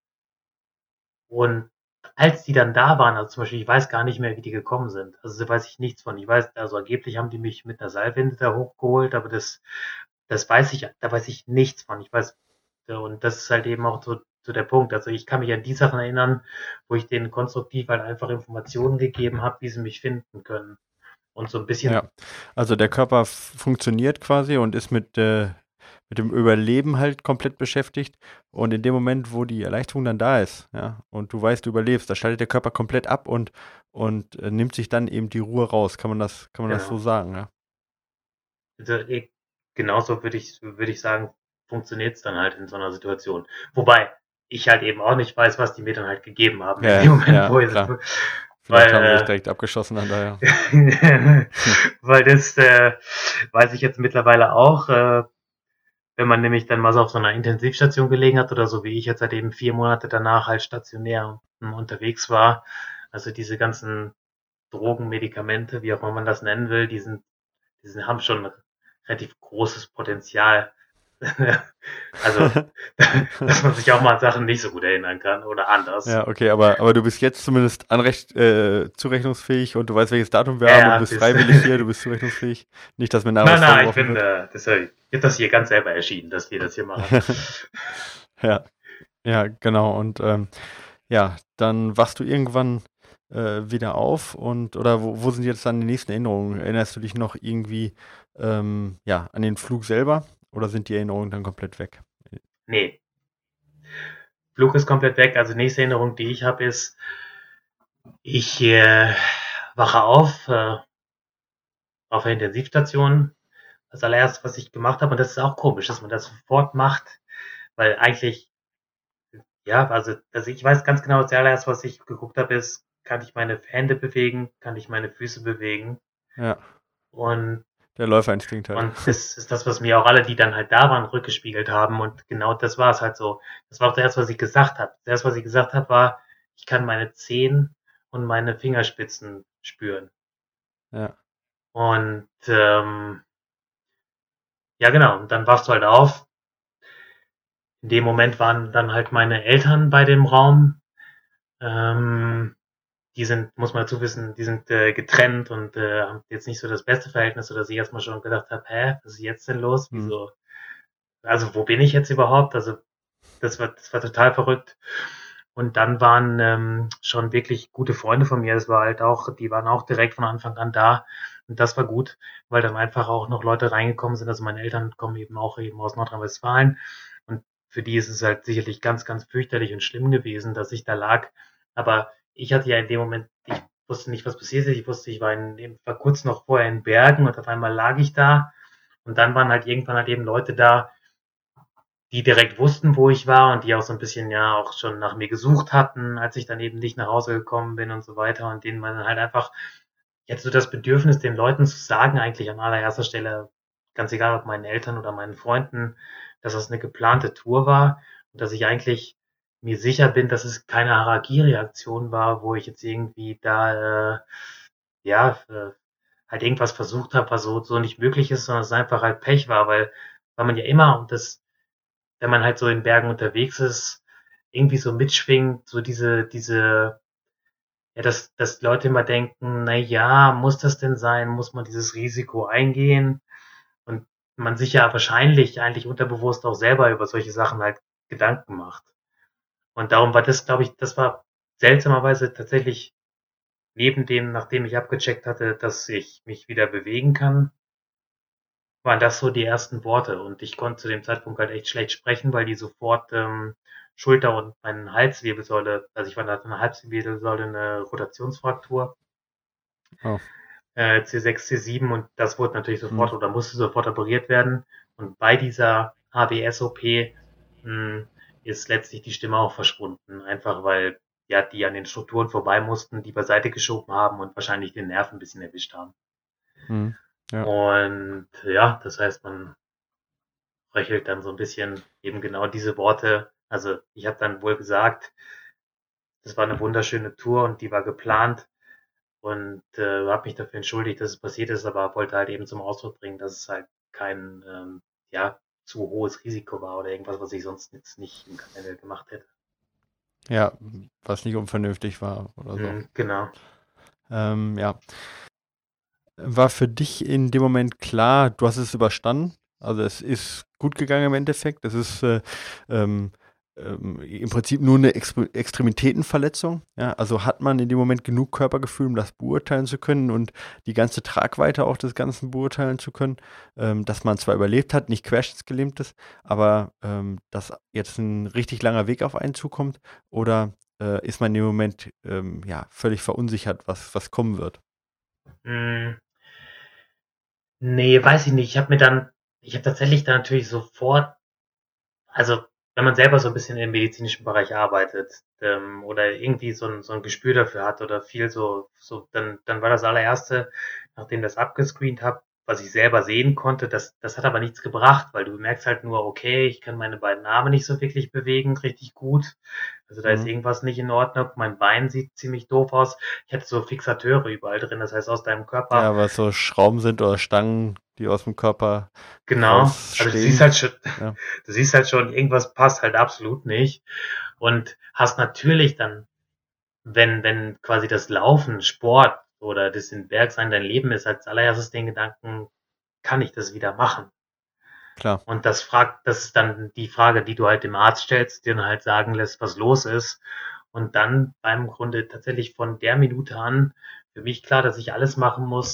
Und als die dann da waren, also zum Beispiel, ich weiß gar nicht mehr, wie die gekommen sind. Also da weiß ich nichts von. Ich weiß, also angeblich haben die mich mit einer Seilwinde da hochgeholt, aber das, das weiß ich, da weiß ich nichts von. Ich weiß, und das ist halt eben auch so, so der Punkt. Also ich kann mich an die Sachen erinnern, wo ich denen konstruktiv halt einfach Informationen gegeben habe, wie sie mich finden können. Und so ein bisschen, Ja, also der Körper f- funktioniert quasi und ist mit, äh, mit dem Überleben halt komplett beschäftigt. Und in dem Moment, wo die Erleichterung dann da ist, ja, und du weißt, du überlebst, da schaltet der Körper komplett ab und, und äh, nimmt sich dann eben die Ruhe raus. Kann man das, kann man das so genau. sagen, ja? Also, eh, genauso würde ich, würde ich sagen, funktioniert es dann halt in so einer Situation. Wobei ich halt eben auch nicht weiß, was die mir dann halt gegeben haben in Ja, dem Moment, ja, wo ich klar. Vielleicht haben sie dich weil, direkt abgeschossen dann da, ja. äh, weil das äh, weiß ich jetzt mittlerweile auch, äh, wenn man nämlich dann mal so auf so einer Intensivstation gelegen hat oder so wie ich jetzt halt eben vier Monate danach halt stationär ähm, unterwegs war. Also diese ganzen Drogen, Medikamente, wie auch immer man das nennen will, die sind, die sind, haben schon ein relativ großes Potenzial. Also, dass man sich auch mal an Sachen nicht so gut erinnern kann oder anders. Ja, okay, aber, aber du bist jetzt zumindest anrecht, äh, zurechnungsfähig und du weißt, welches Datum wir Ja, haben und ja, du bist das, freiwillig hier, du bist zurechnungsfähig. Nicht, dass mir nachher nein, was nein, ich vorgeworfen bin, wird. äh, das, ich hab das hier ganz selber erschienen, dass wir das hier machen. Ja, ja, genau. Und ähm, ja, dann wachst du irgendwann äh, wieder auf und oder wo, wo sind jetzt dann die nächsten Erinnerungen? Erinnerst du dich noch irgendwie ähm, ja, an den Flug selber oder sind die Erinnerungen dann komplett weg? Nee, Flug ist komplett weg. Also nächste Erinnerung, die ich habe, ist, ich äh, wache auf äh, auf der Intensivstation. Das allererste, was ich gemacht habe, und das ist auch komisch, dass man das sofort macht, weil eigentlich, ja, also, also ich weiß ganz genau, das allererste, was ich geguckt habe, ist, kann ich meine Hände bewegen, kann ich meine Füße bewegen Ja, und der Läuferinstinkt halt. und das ist das, was mir auch alle, die dann halt da waren, rückgespiegelt haben und genau das war es halt so. Das war auch das erste, was ich gesagt habe. Das erste, was ich gesagt habe, war, ich kann meine Zehen und meine Fingerspitzen spüren. Ja, Und ähm, ja, genau. Und dann wachst du halt auf. In dem Moment waren dann halt meine Eltern bei dem Raum. Ähm, die sind, muss man dazu wissen, die sind äh, getrennt und äh, haben jetzt nicht so das beste Verhältnis, sodass ich erstmal schon gedacht habe, hä, was ist jetzt denn los? hm, Wieso? Also wo bin ich jetzt überhaupt? Also das war, das war total verrückt. Und dann waren ähm, schon wirklich gute Freunde von mir. Das war halt auch, die waren auch direkt von Anfang an da. Und das war gut, weil dann einfach auch noch Leute reingekommen sind. Also meine Eltern kommen eben auch eben aus Nordrhein-Westfalen. Und für die ist es halt sicherlich ganz, ganz fürchterlich und schlimm gewesen, dass ich da lag. Aber ich hatte ja in dem Moment, ich wusste nicht, was passiert ist. Ich wusste, ich war, in, war kurz noch vorher in Bergen und auf einmal lag ich da. Und dann waren halt irgendwann halt eben Leute da, die direkt wussten, wo ich war und die auch so ein bisschen ja auch schon nach mir gesucht hatten, als ich dann eben nicht nach Hause gekommen bin und so weiter und denen man dann halt einfach jetzt so das Bedürfnis, den Leuten zu sagen, eigentlich an allererster Stelle, ganz egal ob meinen Eltern oder meinen Freunden, dass das eine geplante Tour war und dass ich eigentlich mir sicher bin, dass es keine Harakiri-Aktion war, wo ich jetzt irgendwie da, äh, ja, äh, halt irgendwas versucht habe, was so, so nicht möglich ist, sondern es einfach halt Pech war, weil, weil man ja immer, und das wenn man halt so in Bergen unterwegs ist, irgendwie so mitschwingt, so diese, diese, ja, dass, dass Leute immer denken, na ja, muss das denn sein? Muss man dieses Risiko eingehen? Und man sich ja wahrscheinlich eigentlich unterbewusst auch selber über solche Sachen halt Gedanken macht. Und darum war das, glaube ich, das war seltsamerweise tatsächlich neben dem, nachdem ich abgecheckt hatte, dass ich mich wieder bewegen kann, waren das so die ersten Worte. Und ich konnte zu dem Zeitpunkt halt echt schlecht sprechen, weil die sofort ähm, Schulter und meine Halswirbelsäule, also ich war da eine Halswirbelsäule, eine Rotationsfraktur, oh, äh, C sechs, C sieben und das wurde natürlich hm, sofort oder musste sofort operiert werden. Und bei dieser H B S O P mh, ist letztlich die Stimme auch verschwunden, einfach weil ja die an den Strukturen vorbei mussten, die beiseite geschoben haben und wahrscheinlich den Nerv ein bisschen erwischt haben. hm, ja, Und ja, das heißt, man röchelt dann so ein bisschen eben genau diese Worte. Also ich habe dann wohl gesagt, das war eine wunderschöne Tour und die war geplant und äh, habe mich dafür entschuldigt, dass es passiert ist, aber wollte halt eben zum Ausdruck bringen, dass es halt kein ähm, ja, zu hohes Risiko war oder irgendwas, was ich sonst jetzt nicht im Kanal gemacht hätte. Ja, was nicht unvernünftig war oder so. Mhm, genau. Ähm, ja. War für dich in dem Moment klar, du hast es überstanden? Also es ist gut gegangen im Endeffekt. Es ist äh, ähm, ähm, im Prinzip nur eine Ex Extremitätenverletzung. Ja? Also hat man in dem Moment genug Körpergefühl, um das beurteilen zu können und die ganze Tragweite auch des Ganzen beurteilen zu können, ähm, dass man zwar überlebt hat, nicht querschnittsgelähmt ist, aber ähm, dass jetzt ein richtig langer Weg auf einen zukommt? Oder äh, ist man in dem Moment ähm, ja, völlig verunsichert, was, was kommen wird? Mm, nee, weiß ich nicht. Ich habe mir dann, ich habe tatsächlich dann natürlich sofort, also wenn man selber so ein bisschen im medizinischen Bereich arbeitet ähm, oder irgendwie so ein, so ein Gespür dafür hat oder viel so, so dann, dann war das allererste, nachdem das abgescreent habe, was ich selber sehen konnte, das, das hat aber nichts gebracht, weil du merkst halt nur, okay, ich kann meine beiden Arme nicht so wirklich bewegen, richtig gut. Also da ist Mhm. irgendwas nicht in Ordnung. Mein Bein sieht ziemlich doof aus. Ich hatte so Fixateure überall drin, das heißt aus deinem Körper. Ja, was so Schrauben sind oder Stangen, die aus dem Körper Genau. Also du siehst rausstehen. halt schon, Ja. du siehst halt schon, irgendwas passt halt absolut nicht. Und hast natürlich dann, wenn, wenn quasi das Laufen, Sport oder das in Berg sein dein Leben ist, als allererstes den Gedanken, kann ich das wieder machen? Klar. Und das fragt, das ist dann die Frage, die du halt dem Arzt stellst, dir dann halt sagen lässt, was los ist. Und dann beim Grunde tatsächlich von der Minute an für mich klar, dass ich alles machen muss,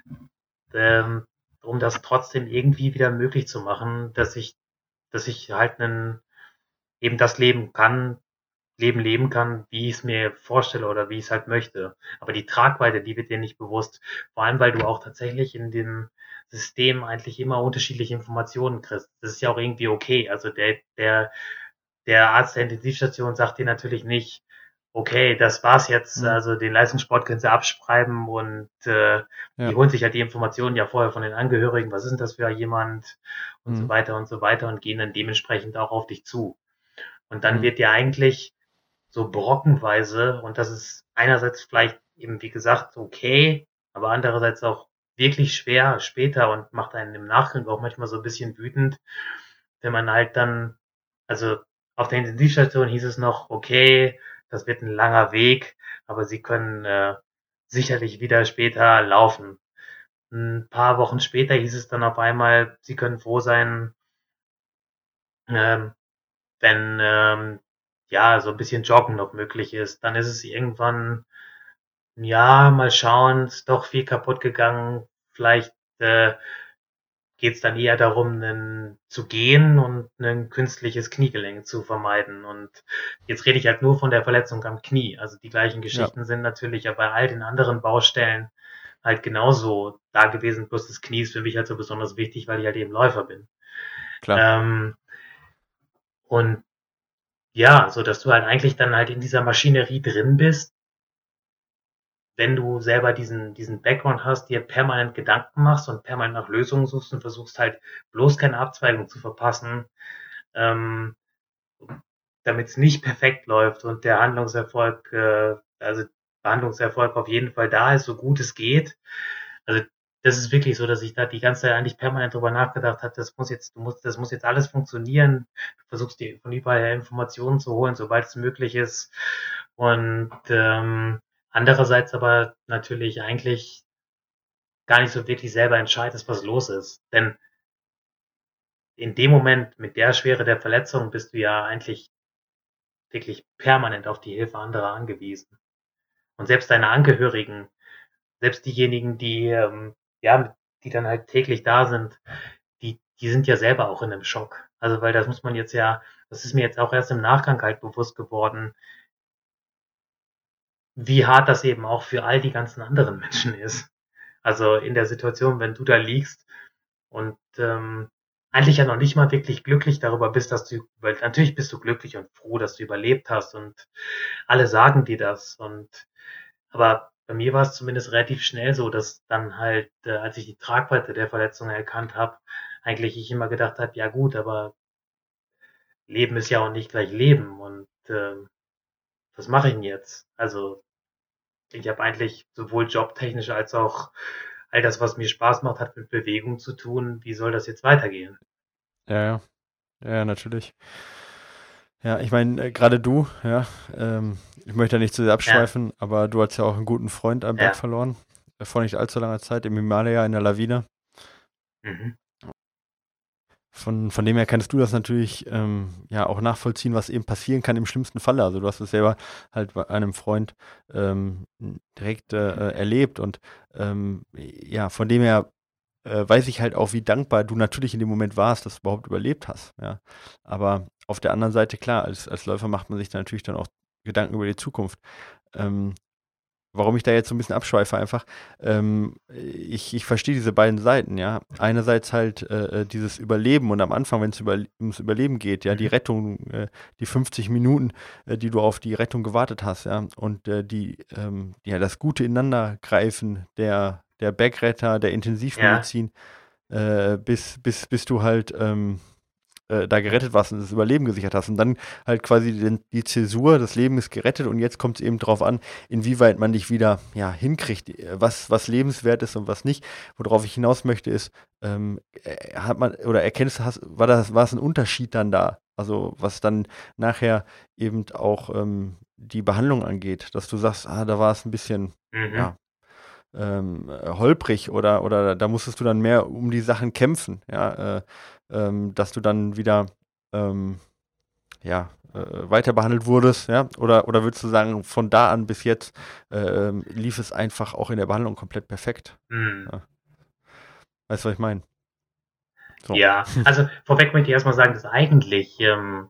ähm, um das trotzdem irgendwie wieder möglich zu machen, dass ich, dass ich halt einen, eben das leben kann, Leben leben kann, wie ich es mir vorstelle oder wie ich es halt möchte. Aber die Tragweite, die wird dir nicht bewusst. Vor allem, weil du auch tatsächlich in dem System eigentlich immer unterschiedliche Informationen kriegst. Das ist ja auch irgendwie okay. Also der, der, der Arzt der Intensivstation sagt dir natürlich nicht, okay, das war's jetzt, Mhm. also den Leistungssport können sie abschreiben und äh, Ja. die holen sich halt die Informationen ja vorher von den Angehörigen, was ist denn das für jemand und Mhm. so weiter und so weiter und gehen dann dementsprechend auch auf dich zu. Und dann Mhm. wird dir eigentlich so brockenweise, und das ist einerseits vielleicht eben, wie gesagt, okay, aber andererseits auch wirklich schwer später und macht einen im Nachgang auch manchmal so ein bisschen wütend, wenn man halt dann, also auf der Intensivstation hieß es noch, okay, das wird ein langer Weg, aber sie können äh, sicherlich wieder später laufen. Ein paar Wochen später hieß es dann auf einmal, sie können froh sein, ähm, wenn ähm, ja so ein bisschen Joggen noch möglich ist. Dann ist es irgendwann, ja, mal schauen, ist doch viel kaputt gegangen. Vielleicht äh, geht es dann eher darum, nen, zu gehen und ein künstliches Kniegelenk zu vermeiden. Und jetzt rede ich halt nur von der Verletzung am Knie. Also die gleichen Geschichten ja. sind natürlich ja bei all den anderen Baustellen halt genauso da gewesen. Plus das Knie ist für mich halt so besonders wichtig, weil ich halt eben Läufer bin. Klar. Ähm, und ja, so dass du halt eigentlich dann halt in dieser Maschinerie drin bist, wenn du selber diesen, diesen Background hast, dir permanent Gedanken machst und permanent nach Lösungen suchst und versuchst halt bloß keine Abzweigung zu verpassen, ähm, damit es nicht perfekt läuft und der Handlungserfolg, äh, also Behandlungserfolg auf jeden Fall da ist, so gut es geht. Also das ist wirklich so, dass ich da die ganze Zeit eigentlich permanent drüber nachgedacht habe, das muss jetzt, du musst, das muss jetzt alles funktionieren. Du versuchst dir von überall her Informationen zu holen, sobald es möglich ist. Und ähm, andererseits aber natürlich eigentlich gar nicht so wirklich selber entscheidest, was los ist. Denn in dem Moment mit der Schwere der Verletzung bist du ja eigentlich wirklich permanent auf die Hilfe anderer angewiesen. Und selbst deine Angehörigen, selbst diejenigen, die, ähm, ja, die dann halt täglich da sind, die, die sind ja selber auch in einem Schock. Also, weil das muss man jetzt ja, das ist mir jetzt auch erst im Nachgang halt bewusst geworden, wie hart das eben auch für all die ganzen anderen Menschen ist. Also in der Situation, wenn du da liegst und ähm, eigentlich ja noch nicht mal wirklich glücklich darüber bist, dass du, weil natürlich bist du glücklich und froh, dass du überlebt hast und alle sagen dir das und aber bei mir war es zumindest relativ schnell so, dass dann halt, äh, als ich die Tragweite der Verletzung erkannt habe, eigentlich ich immer gedacht habe, ja gut, aber Leben ist ja auch nicht gleich Leben und ähm, was mache ich denn jetzt? Also ich habe eigentlich sowohl jobtechnisch als auch all das, was mir Spaß macht, hat mit Bewegung zu tun. Wie soll das jetzt weitergehen? Ja, ja, ja, natürlich. Ja, ich meine, äh, gerade du, ja, ähm, ich möchte ja nicht zu sehr Ja, abschweifen, aber du hast ja auch einen guten Freund am Berg ja, verloren, äh, vor nicht allzu langer Zeit im Himalaya in der Lawine. mhm, Von, von dem her kannst du das natürlich ähm, ja auch nachvollziehen, was eben passieren kann im schlimmsten Falle. Also du hast es selber halt bei einem Freund ähm, direkt äh, erlebt und ähm, ja, von dem her äh, weiß ich halt auch, wie dankbar du natürlich in dem Moment warst, dass du überhaupt überlebt hast. Ja. Aber auf der anderen Seite, klar, als, als Läufer macht man sich dann natürlich dann auch Gedanken über die Zukunft. Ähm, Warum ich da jetzt so ein bisschen abschweife einfach, ähm, ich, ich verstehe diese beiden Seiten, ja. Einerseits halt äh, äh, dieses Überleben und am Anfang, wenn es über, ums Überleben geht, ja, die mhm, Rettung, äh, die fünfzig Minuten, äh, die du auf die Rettung gewartet hast, ja, und äh, die, ähm, ja, das gute Ineinandergreifen der, der Bergretter, der ja, Intensivmedizin, äh, bis, bis, bis du halt ähm, äh, da gerettet warst und das Überleben gesichert hast. Und dann halt quasi den, die Zäsur, das Leben ist gerettet und jetzt kommt es eben drauf an, inwieweit man dich wieder ja, hinkriegt, äh, was, was lebenswert ist und was nicht. Worauf ich hinaus möchte, ist, ähm, äh, hat man oder erkennst du, hast, war das, war es ein Unterschied dann da? Also was dann nachher eben auch ähm, die Behandlung angeht, dass du sagst, ah, da war es ein bisschen, mhm, ja, ähm, äh, holprig oder, oder da musstest du dann mehr um die Sachen kämpfen, ja, äh, ähm, dass du dann wieder ähm, ja, äh, weiter behandelt wurdest, ja, oder, oder würdest du sagen, von da an bis jetzt äh, ähm, lief es einfach auch in der Behandlung komplett perfekt? mhm. Ja. Weißt du, was ich meine? So. Ja, also vorweg möchte ich erstmal sagen, dass eigentlich ähm,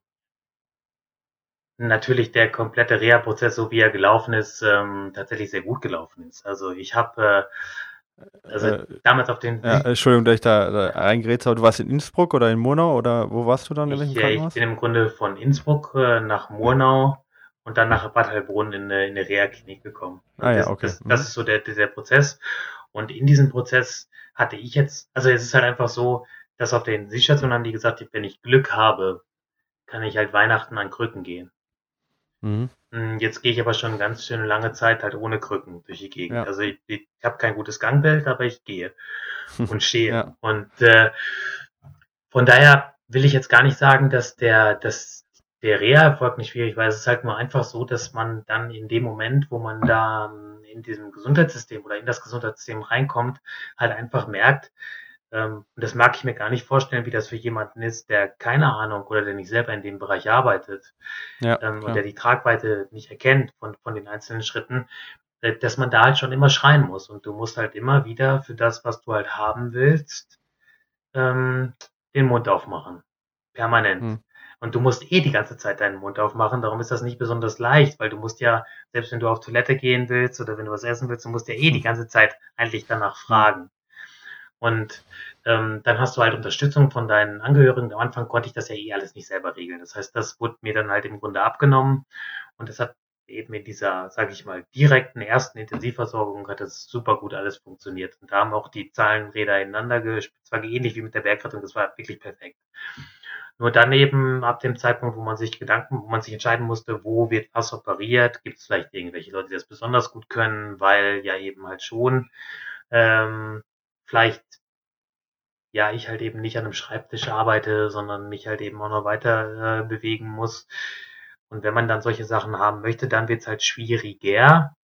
natürlich der komplette Reha-Prozess, so wie er gelaufen ist, ähm, tatsächlich sehr gut gelaufen ist. Also ich habe, äh, also Äh, damals auf den, ja, Entschuldigung, dass ich da, da reingerätst, aber du warst in Innsbruck oder in Murnau oder wo warst du dann, in ich, welchem äh, ich Krankenhaus? bin im Grunde von Innsbruck äh, nach Murnau und dann nach Bad Heilbrunn in, eine- in eine Reha-Klinik gekommen. Ah Also ja, das, okay. das, das Mhm. ist so der, der Prozess. Und in diesem Prozess hatte ich jetzt, also es ist halt einfach so, dass auf der Intensivstation haben die gesagt, wenn ich Glück habe, kann ich halt Weihnachten an Krücken gehen. Mhm. Hm, jetzt gehe ich aber schon ganz schön lange Zeit halt ohne Krücken durch die Gegend. Ja. Also ich, ich habe kein gutes Gangbild, aber ich gehe und stehe. Ja. Und äh, von daher will ich jetzt gar nicht sagen, dass der, dass der Reha-Erfolg nicht schwierig war. Es ist halt nur einfach so, dass man dann in dem Moment, wo man da ähm, in diesem Gesundheitssystem oder in das Gesundheitssystem reinkommt, halt einfach merkt, ähm, und das mag ich mir gar nicht vorstellen, wie das für jemanden ist, der keine Ahnung oder der nicht selber in dem Bereich arbeitet, Ja, ähm, und klar. der die Tragweite nicht erkennt von, von den einzelnen Schritten, äh, dass man da halt schon immer schreien muss. Und du musst halt immer wieder für das, was du halt haben willst, ähm, den Mund aufmachen. Permanent. Mhm. Und du musst eh die ganze Zeit deinen Mund aufmachen, darum ist das nicht besonders leicht, weil du musst ja, selbst wenn du auf Toilette gehen willst oder wenn du was essen willst, du musst ja eh die ganze Zeit eigentlich danach Mhm. fragen. Und ähm, dann hast du halt Unterstützung von deinen Angehörigen. Am Anfang konnte ich das ja eh alles nicht selber regeln. Das heißt, das wurde mir dann halt im Grunde abgenommen und das hat eben in dieser, sage ich mal, direkten ersten Intensivversorgung hat das super gut alles funktioniert. Und da haben auch die Zahlenräder ineinander gespitzt, war ähnlich wie mit der Bergrettung, das war wirklich perfekt. Nur dann eben ab dem Zeitpunkt, wo man sich Gedanken, wo man sich entscheiden musste, wo wird was operiert, gibt es vielleicht irgendwelche Leute, die das besonders gut können, weil ja eben halt schon ähm, vielleicht ja ich halt eben nicht an einem Schreibtisch arbeite, sondern mich halt eben auch noch weiter äh, bewegen muss. Und wenn man dann solche Sachen haben möchte, dann wird's halt schwieriger.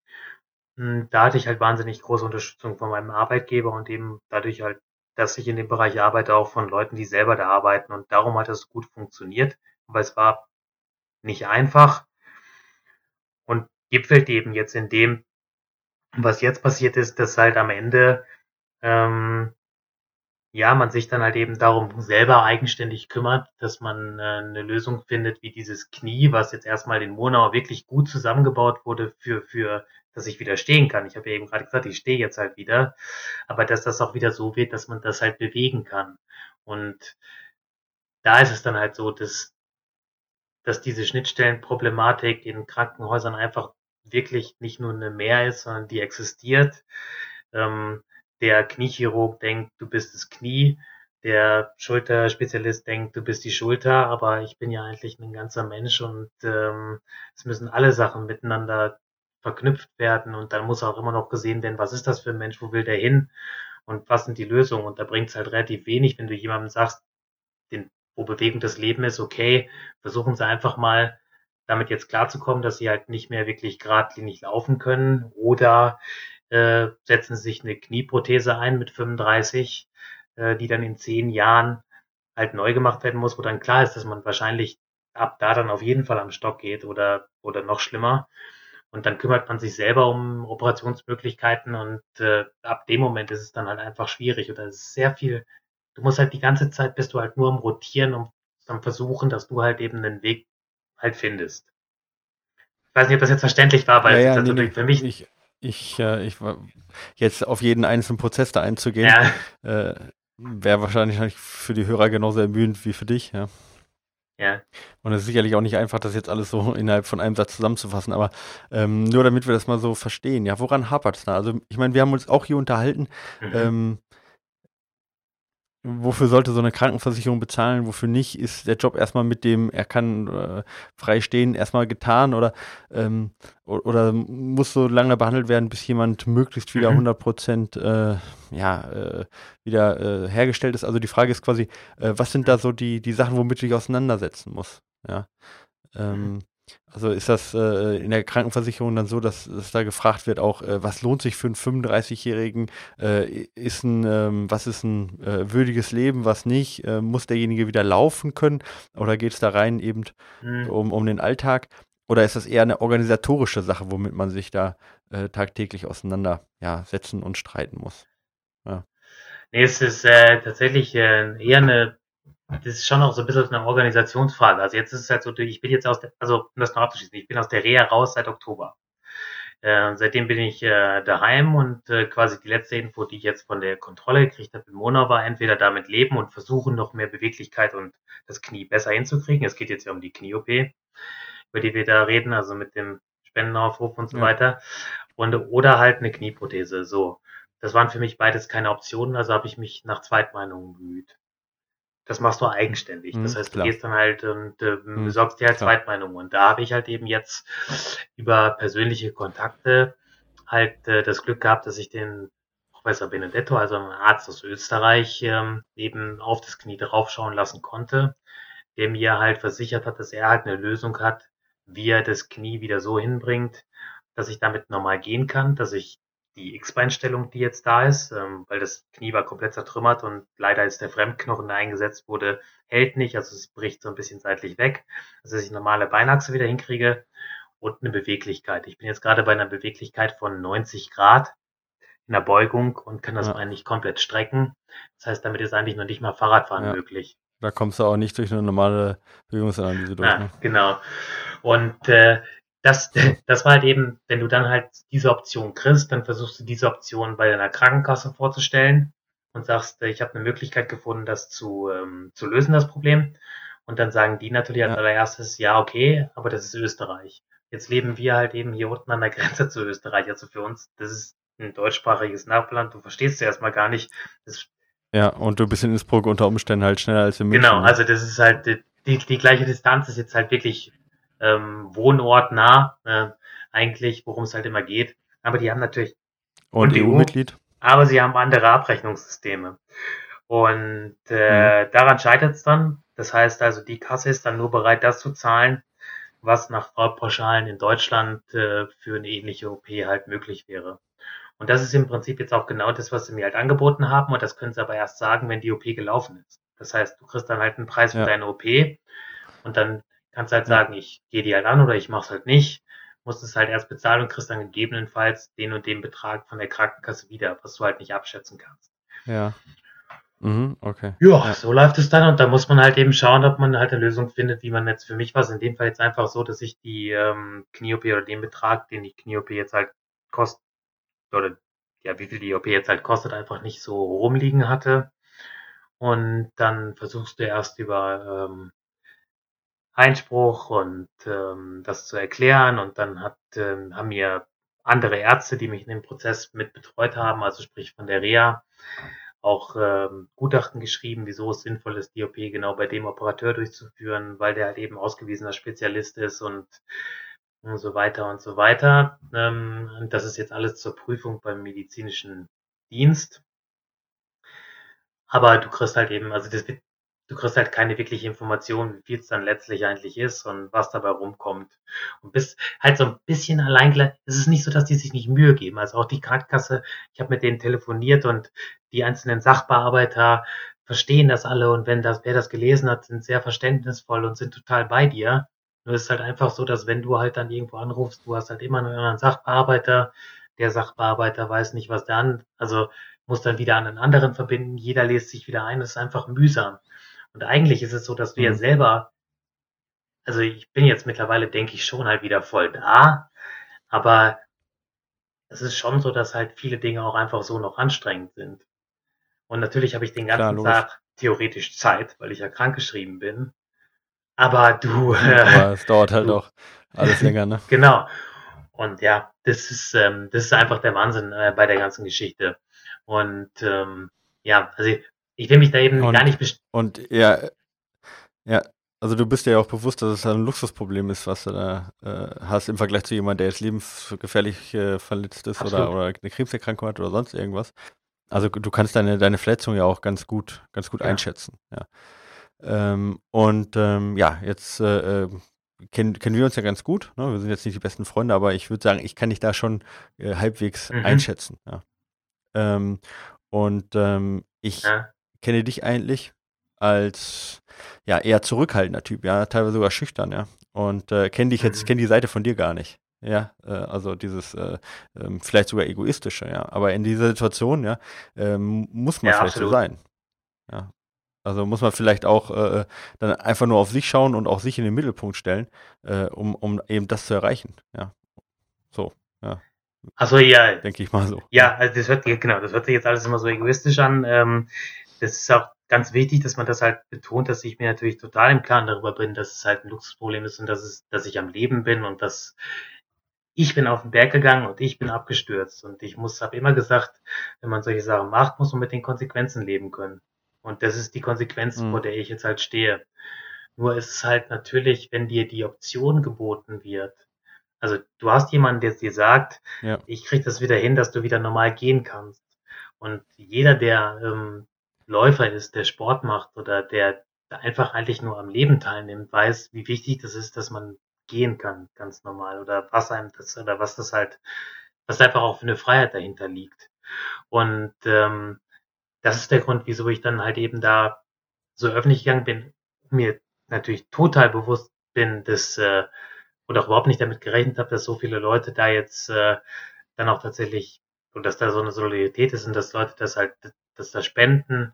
Hm, da hatte ich halt wahnsinnig große Unterstützung von meinem Arbeitgeber und eben dadurch halt, dass ich in dem Bereich arbeite, auch von Leuten, die selber da arbeiten. Und darum hat das gut funktioniert. Aber es war nicht einfach und gipfelt eben jetzt in dem, was jetzt passiert ist, dass halt am Ende ähm, ja, man sich dann halt eben darum selber eigenständig kümmert, dass man äh, 'ne Lösung findet, wie dieses Knie, was jetzt erstmal in Monau wirklich gut zusammengebaut wurde für für dass ich wieder stehen kann. Ich habe ja eben gerade gesagt, ich stehe jetzt halt wieder, aber dass das auch wieder so wird, dass man das halt bewegen kann. Und da ist es dann halt so, dass dass diese Schnittstellenproblematik in Krankenhäusern einfach wirklich nicht nur eine Mehr ist, sondern die existiert. Ähm, Der Kniechirurg denkt, du bist das Knie. der Schulterspezialist denkt, du bist die Schulter, aber ich bin ja eigentlich ein ganzer Mensch und ähm, es müssen alle Sachen miteinander verknüpft werden und dann muss auch immer noch gesehen werden, was ist das für ein Mensch, wo will der hin und was sind die Lösungen und da bringt es halt relativ wenig, wenn du jemandem sagst, den, wo Bewegung das Leben ist, okay, versuchen sie einfach mal damit jetzt klarzukommen, dass sie halt nicht mehr wirklich geradlinig laufen können oder äh, setzen sich eine Knieprothese ein mit fünfunddreißig, äh, die dann in zehn Jahren halt neu gemacht werden muss, wo dann klar ist, dass man wahrscheinlich ab da dann auf jeden Fall am Stock geht oder, oder noch schlimmer. Und dann kümmert man sich selber um Operationsmöglichkeiten und äh, ab dem Moment ist es dann halt einfach schwierig oder es ist sehr viel, du musst halt die ganze Zeit bist du halt nur am Rotieren und am Versuchen, dass du halt eben einen Weg halt findest. Ich weiß nicht, ob das jetzt verständlich war, weil Ja, es ist ja, halt nee, natürlich nee. für mich, Ich, ich, äh, ich war- jetzt auf jeden einzelnen Prozess da einzugehen, ja, äh, wäre wahrscheinlich nicht für die Hörer genauso ermüdend wie für dich, ja. ja, Und es ist sicherlich auch nicht einfach, das jetzt alles so innerhalb von einem Satz zusammenzufassen, aber ähm, nur damit wir das mal so verstehen, ja, woran hapert es da? Also ich meine, wir haben uns auch hier unterhalten, mhm, ähm, wofür sollte so eine Krankenversicherung bezahlen, wofür nicht, ist der Job erstmal mit dem, er kann äh, frei stehen, erstmal getan oder, ähm, o- oder muss so lange behandelt werden, bis jemand möglichst wieder mhm, hundert Prozent äh, ja, äh, wieder äh, hergestellt ist. Also die Frage ist quasi, äh, was sind da mhm, so die, die Sachen, womit du dich auseinandersetzen musst? Ja. mhm. Ähm, also ist das äh, in der Krankenversicherung dann so, dass es da gefragt wird, auch äh, was lohnt sich für einen fünfunddreißig-Jährigen? Äh, ist ein, ähm, was ist ein äh, würdiges Leben, was nicht? Äh, muss derjenige wieder laufen können? Oder geht es da rein eben Mhm. um, um den Alltag? Oder ist das eher eine organisatorische Sache, womit man sich da äh, tagtäglich auseinander ja, setzen und streiten muss? Ja. Nee, es ist äh, tatsächlich äh, eher eine, das ist schon auch so ein bisschen eine Organisationsfrage. Also jetzt ist es halt so, ich bin jetzt aus der, also um das noch abzuschließen, ich bin aus der Reha raus seit Oktober. Äh, seitdem bin ich äh, daheim und äh, quasi die letzte Info, die ich jetzt von der Kontrolle gekriegt habe im Monat, war entweder damit leben und versuchen, noch mehr Beweglichkeit und das Knie besser hinzukriegen. Es geht jetzt ja um die Knie-O P, über die wir da reden, also mit dem Spendenaufruf und so Ja. weiter. Und, oder halt eine Knieprothese. So. Das waren für mich beides keine Optionen, also habe ich mich nach Zweitmeinungen bemüht. Das machst du eigenständig. Das Mhm, heißt, du klar. gehst dann halt und äh, Mhm, besorgst dir halt klar. Zweitmeinungen. Und da habe ich halt eben jetzt über persönliche Kontakte halt äh, das Glück gehabt, dass ich den Professor Benedetto, also einen Arzt aus Österreich, ähm, eben auf das Knie draufschauen lassen konnte, der mir halt versichert hat, dass er halt eine Lösung hat, wie er das Knie wieder so hinbringt, dass ich damit normal gehen kann, dass ich die X-Beinstellung, die jetzt da ist, ähm, weil das Knie war komplett zertrümmert und leider ist der Fremdknochen, der eingesetzt wurde, hält nicht, also es bricht so ein bisschen seitlich weg, dass ich normale Beinachse wieder hinkriege und eine Beweglichkeit. Ich bin jetzt gerade bei einer Beweglichkeit von neunzig Grad in der Beugung und kann das Ja, Bein nicht komplett strecken. Das heißt, damit ist eigentlich noch nicht mal Fahrradfahren ja. möglich. Da kommst du auch nicht durch eine normale Bewegungsanalyse durch, Ah, ne? genau. Und äh, das, das war halt eben, wenn du dann halt diese Option kriegst, dann versuchst du diese Option bei deiner Krankenkasse vorzustellen und sagst, äh, ich habe eine Möglichkeit gefunden, das zu, ähm, zu lösen, das Problem. Und dann sagen die natürlich als Ja. allererstes, ja, okay, aber das ist Österreich. Jetzt leben wir halt eben hier unten an der Grenze zu Österreich. Also für uns, das ist ein deutschsprachiges Nachbarland, du verstehst ja erstmal gar nicht. Das, Ja, und du bist in Innsbruck unter Umständen halt schneller als in genau, München, ne? also das ist halt, die, die, die gleiche Distanz ist jetzt halt wirklich ähm, wohnortnah, äh, eigentlich, worum es halt immer geht. Aber die haben natürlich, Und und E U, E U-Mitglied? aber sie haben andere Abrechnungssysteme. Und Mhm. äh, daran scheitert es dann. Das heißt also, die Kasse ist dann nur bereit, das zu zahlen, was nach Pauschalen in Deutschland äh, für eine ähnliche O P halt möglich wäre. Und das ist im Prinzip jetzt auch genau das, was sie mir halt angeboten haben. Und das können sie aber erst sagen, wenn die O P gelaufen ist. Das heißt, du kriegst dann halt einen Preis für Ja, deine O P und dann kannst du halt ja, sagen, ich gehe die halt an oder ich mach's halt nicht. Musst es halt erst bezahlen und kriegst dann gegebenenfalls den und den Betrag von der Krankenkasse wieder, was du halt nicht abschätzen kannst. ja. Mhm, okay. Ja, Ja, so läuft es dann und da muss man halt eben schauen, ob man halt eine Lösung findet, wie man jetzt für mich was. In dem Fall jetzt einfach so, dass ich die ähm, Knie-O P oder den Betrag, den die Knie-O P jetzt halt kostet, oder ja, wie viel die O P jetzt halt kostet, einfach nicht so rumliegen hatte. Und dann versuchst du erst über ähm, Einspruch und ähm, das zu erklären und dann hat, ähm, haben mir andere Ärzte, die mich in dem Prozess mit betreut haben, also sprich von der Reha, auch ähm, Gutachten geschrieben, wieso es sinnvoll ist, die O P genau bei dem Operateur durchzuführen, weil der halt eben ausgewiesener Spezialist ist und, und so weiter und so weiter. Ähm, und das ist jetzt alles zur Prüfung beim medizinischen Dienst. Aber du kriegst halt eben, also das wird, du kriegst halt keine wirkliche Information, wie viel es dann letztlich eigentlich ist und was dabei rumkommt. Und bist halt so ein bisschen allein, es ist nicht so, dass die sich nicht Mühe geben. Also auch die Krankenkasse, ich habe mit denen telefoniert und die einzelnen Sachbearbeiter verstehen das alle und wenn das, wer das gelesen hat, sind sehr verständnisvoll und sind total bei dir. Nur ist es halt einfach so, dass wenn du halt dann irgendwo anrufst, du hast halt immer nur einen Sachbearbeiter, der Sachbearbeiter weiß nicht, was der an, also muss dann wieder an einen anderen verbinden, jeder lässt sich wieder ein, das ist einfach mühsam. Und eigentlich ist es so, dass du ja Mhm. selber, also ich bin jetzt mittlerweile, denke ich, schon halt wieder voll da, aber es ist schon so, dass halt viele Dinge auch einfach so noch anstrengend sind. Und natürlich habe ich den Klar, ganzen logisch. Tag theoretisch Zeit, weil ich ja krankgeschrieben bin. Aber du, Aber es dauert halt du, auch alles länger, ne? genau. Und ja, das ist, ähm, das ist einfach der Wahnsinn äh, bei der ganzen Geschichte. Und ähm, ja, also ich, ich will mich da eben gar Und, nicht best und ja, ja, also du bist dir ja auch bewusst, dass es ein Luxusproblem ist, was du da äh, hast im Vergleich zu jemandem, der jetzt lebensgefährlich äh, verletzt ist oder, absolut. oder eine Krebserkrankung hat oder sonst irgendwas. Also du kannst deine, deine Verletzung ja auch ganz gut, ganz gut Ja. einschätzen, ja. Ähm, und ähm, ja, jetzt äh, äh, kennen, kennen wir uns ja ganz gut, ne? Wir sind jetzt nicht die besten Freunde, aber ich würde sagen, ich kann dich da schon äh, halbwegs Mhm. einschätzen, ja. Ähm, und ähm, ich Ja. kenne dich eigentlich als ja eher zurückhaltender Typ, ja, teilweise sogar schüchtern, ja. Und äh, kenne dich jetzt, Mhm. kenne die Seite von dir gar nicht. Ja, äh, also dieses äh, ähm, vielleicht sogar egoistische, ja. Aber in dieser Situation, ja, ähm, muss man Ja, vielleicht so absolut. sein. Ja. Also muss man vielleicht auch äh, dann einfach nur auf sich schauen und auch sich in den Mittelpunkt stellen, äh, um, um eben das zu erreichen. Ja. So, ja, Also ja, denke ich mal so. ja, Ja. also das hört genau, das hört sich jetzt alles immer so egoistisch an. Ähm, das ist auch ganz wichtig, dass man das halt betont, dass ich mir natürlich total im Klaren darüber bin, dass es halt ein Luxusproblem ist und dass es, dass ich am Leben bin und dass ich bin auf den Berg gegangen und ich bin abgestürzt und ich muss, habe immer gesagt, wenn man solche Sachen macht, muss man mit den Konsequenzen leben können. Und das ist die Konsequenz, vor Mhm. der ich jetzt halt stehe. Nur ist es halt natürlich, wenn dir die Option geboten wird, also du hast jemanden, der dir sagt, Ja. ich krieg das wieder hin, dass du wieder normal gehen kannst. Und jeder, der ähm, Läufer ist, der Sport macht oder der einfach eigentlich nur am Leben teilnimmt, weiß, wie wichtig das ist, dass man gehen kann, ganz normal. Oder was einem das, oder was das halt, was einfach auch für eine Freiheit dahinter liegt. Und ähm, das ist der Grund, wieso ich dann halt eben da so öffentlich gegangen bin, mir natürlich total bewusst bin, dass äh, und auch überhaupt nicht damit gerechnet habe, dass so viele Leute da jetzt äh, dann auch tatsächlich und dass da so eine Solidarität ist und dass Leute das halt, dass da spenden,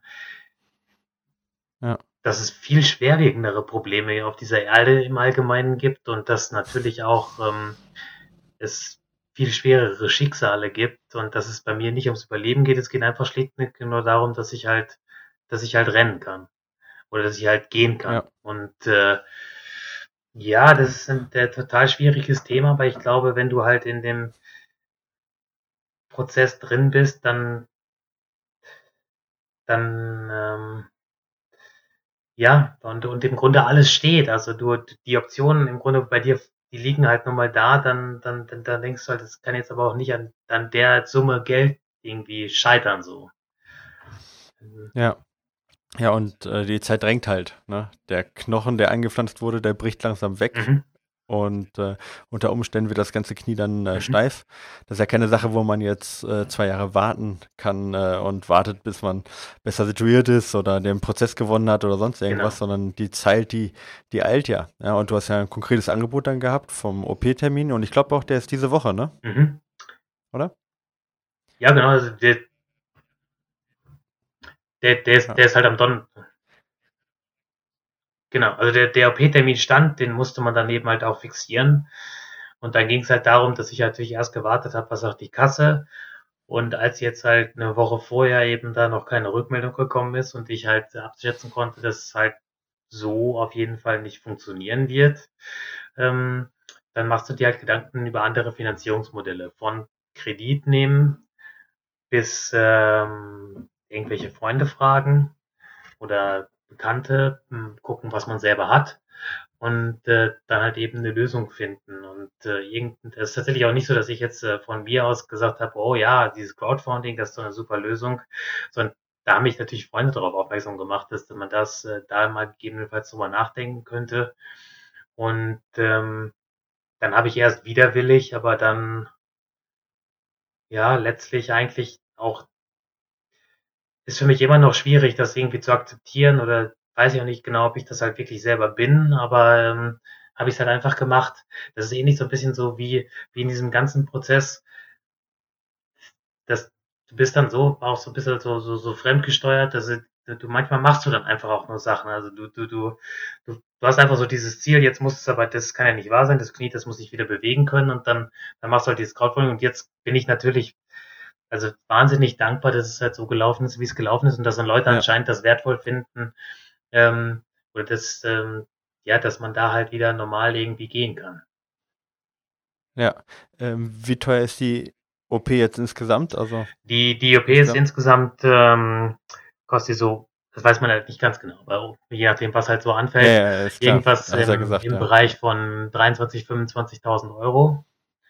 Ja. dass es viel schwerwiegendere Probleme auf dieser Erde im Allgemeinen gibt und dass natürlich auch ähm, es viel schwerere Schicksale gibt und dass es bei mir nicht ums Überleben geht, es geht einfach schlicht nur darum, dass ich halt, dass ich halt rennen kann oder dass ich halt gehen kann. Ja. Und äh, ja, das ist ein der total schwieriges Thema, aber ich glaube, wenn du halt in dem Prozess drin bist, dann, dann ähm, ja, und, und im Grunde alles steht. Also du, die Optionen im Grunde bei dir, die liegen halt nochmal da, dann, dann, dann, dann denkst du halt, das kann jetzt aber auch nicht an, an der Summe Geld irgendwie scheitern so. Ja. Ja, und äh, die Zeit drängt halt, ne? Der Knochen, der eingepflanzt wurde, der bricht langsam weg. Mhm, Und äh, unter Umständen wird das ganze Knie dann äh, mhm. steif. Das ist ja keine Sache, wo man jetzt äh, zwei Jahre warten kann äh, und wartet, bis man besser situiert ist oder den Prozess gewonnen hat oder sonst irgendwas, Genau. sondern die Zeit, die, die eilt ja. Ja, und du hast ja ein konkretes Angebot dann gehabt vom O P-Termin und ich glaube auch, der ist diese Woche, ne? Mhm. Oder? Ja, genau. Also der, der, der, ist, Ja. der ist halt am Don. Genau. Also der, der O P-Termin stand, den musste man dann eben halt auch fixieren. Und dann ging es halt darum, dass ich natürlich erst gewartet habe, was sagt die Kasse. Und als jetzt halt eine Woche vorher eben da noch keine Rückmeldung gekommen ist und ich halt abschätzen konnte, dass es halt so auf jeden Fall nicht funktionieren wird, ähm, dann machst du dir halt Gedanken über andere Finanzierungsmodelle. Von Kredit nehmen bis ähm, irgendwelche Freunde fragen oder Bekannte, hm, gucken, was man selber hat und äh, dann halt eben eine Lösung finden. Und äh, irgend, das ist tatsächlich auch nicht so, dass ich jetzt äh, von mir aus gesagt habe, oh ja, dieses Crowdfunding, das ist so eine super Lösung, sondern da haben mich natürlich Freunde darauf aufmerksam gemacht, dass man das äh, da mal gegebenenfalls drüber nachdenken könnte. Und ähm, dann habe ich erst widerwillig, aber dann ja letztlich eigentlich auch ist für mich immer noch schwierig, das irgendwie zu akzeptieren oder weiß ich auch nicht genau, ob ich das halt wirklich selber bin, aber ähm, habe ich es halt einfach gemacht. Das ist ähnlich so ein bisschen so wie, wie in diesem ganzen Prozess, dass du bist dann so, auch so ein bisschen so, so, so fremdgesteuert, dass du, du manchmal machst du dann einfach auch nur Sachen. Also du, du, du, du, du hast einfach so dieses Ziel, jetzt muss es aber, das kann ja nicht wahr sein, das Knie, das muss sich wieder bewegen können und dann, dann machst du halt dieses Crowdfunding und jetzt bin ich natürlich also wahnsinnig dankbar, dass es halt so gelaufen ist, wie es gelaufen ist und dass dann Leute Ja, anscheinend das wertvoll finden, ähm, oder das, ähm, ja, dass man da halt wieder normal irgendwie gehen kann. ja. Ähm, wie teuer ist die O P jetzt insgesamt? Also Die, die O P ist insgesamt? insgesamt, ähm, kostet so, das weiß man halt nicht ganz genau, aber je nachdem, was halt so Ja, anfällt, ja, ist klar. irgendwas Hast ja im, gesagt, im ja. Bereich von dreiundzwanzigtausend, fünfundzwanzigtausend Euro.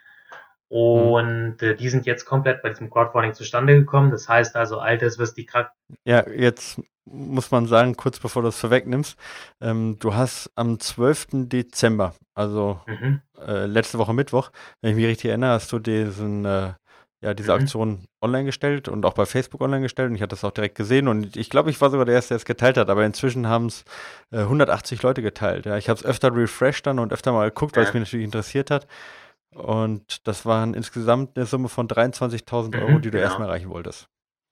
Hm. Und äh, die sind jetzt komplett bei diesem Crowdfunding zustande gekommen. Das heißt also, all das, was die Krank Ja, jetzt muss man sagen, kurz bevor du es vorwegnimmst, ähm, du hast am zwölften Dezember, also mhm, äh, letzte Woche Mittwoch, wenn ich mich richtig erinnere, hast du diesen, äh, ja, diese mhm, Aktion online gestellt und auch bei Facebook online gestellt und ich hatte das auch direkt gesehen und ich glaube, ich war sogar der Erste, der es geteilt hat, aber inzwischen haben es äh, hundertachtzig Leute geteilt. Ja. Ich habe es öfter refreshed dann und öfter mal geguckt, weil es ja, mich natürlich interessiert hat und das waren insgesamt eine Summe von dreiundzwanzigtausend Euro, mhm, die du erstmal genau. erreichen wolltest.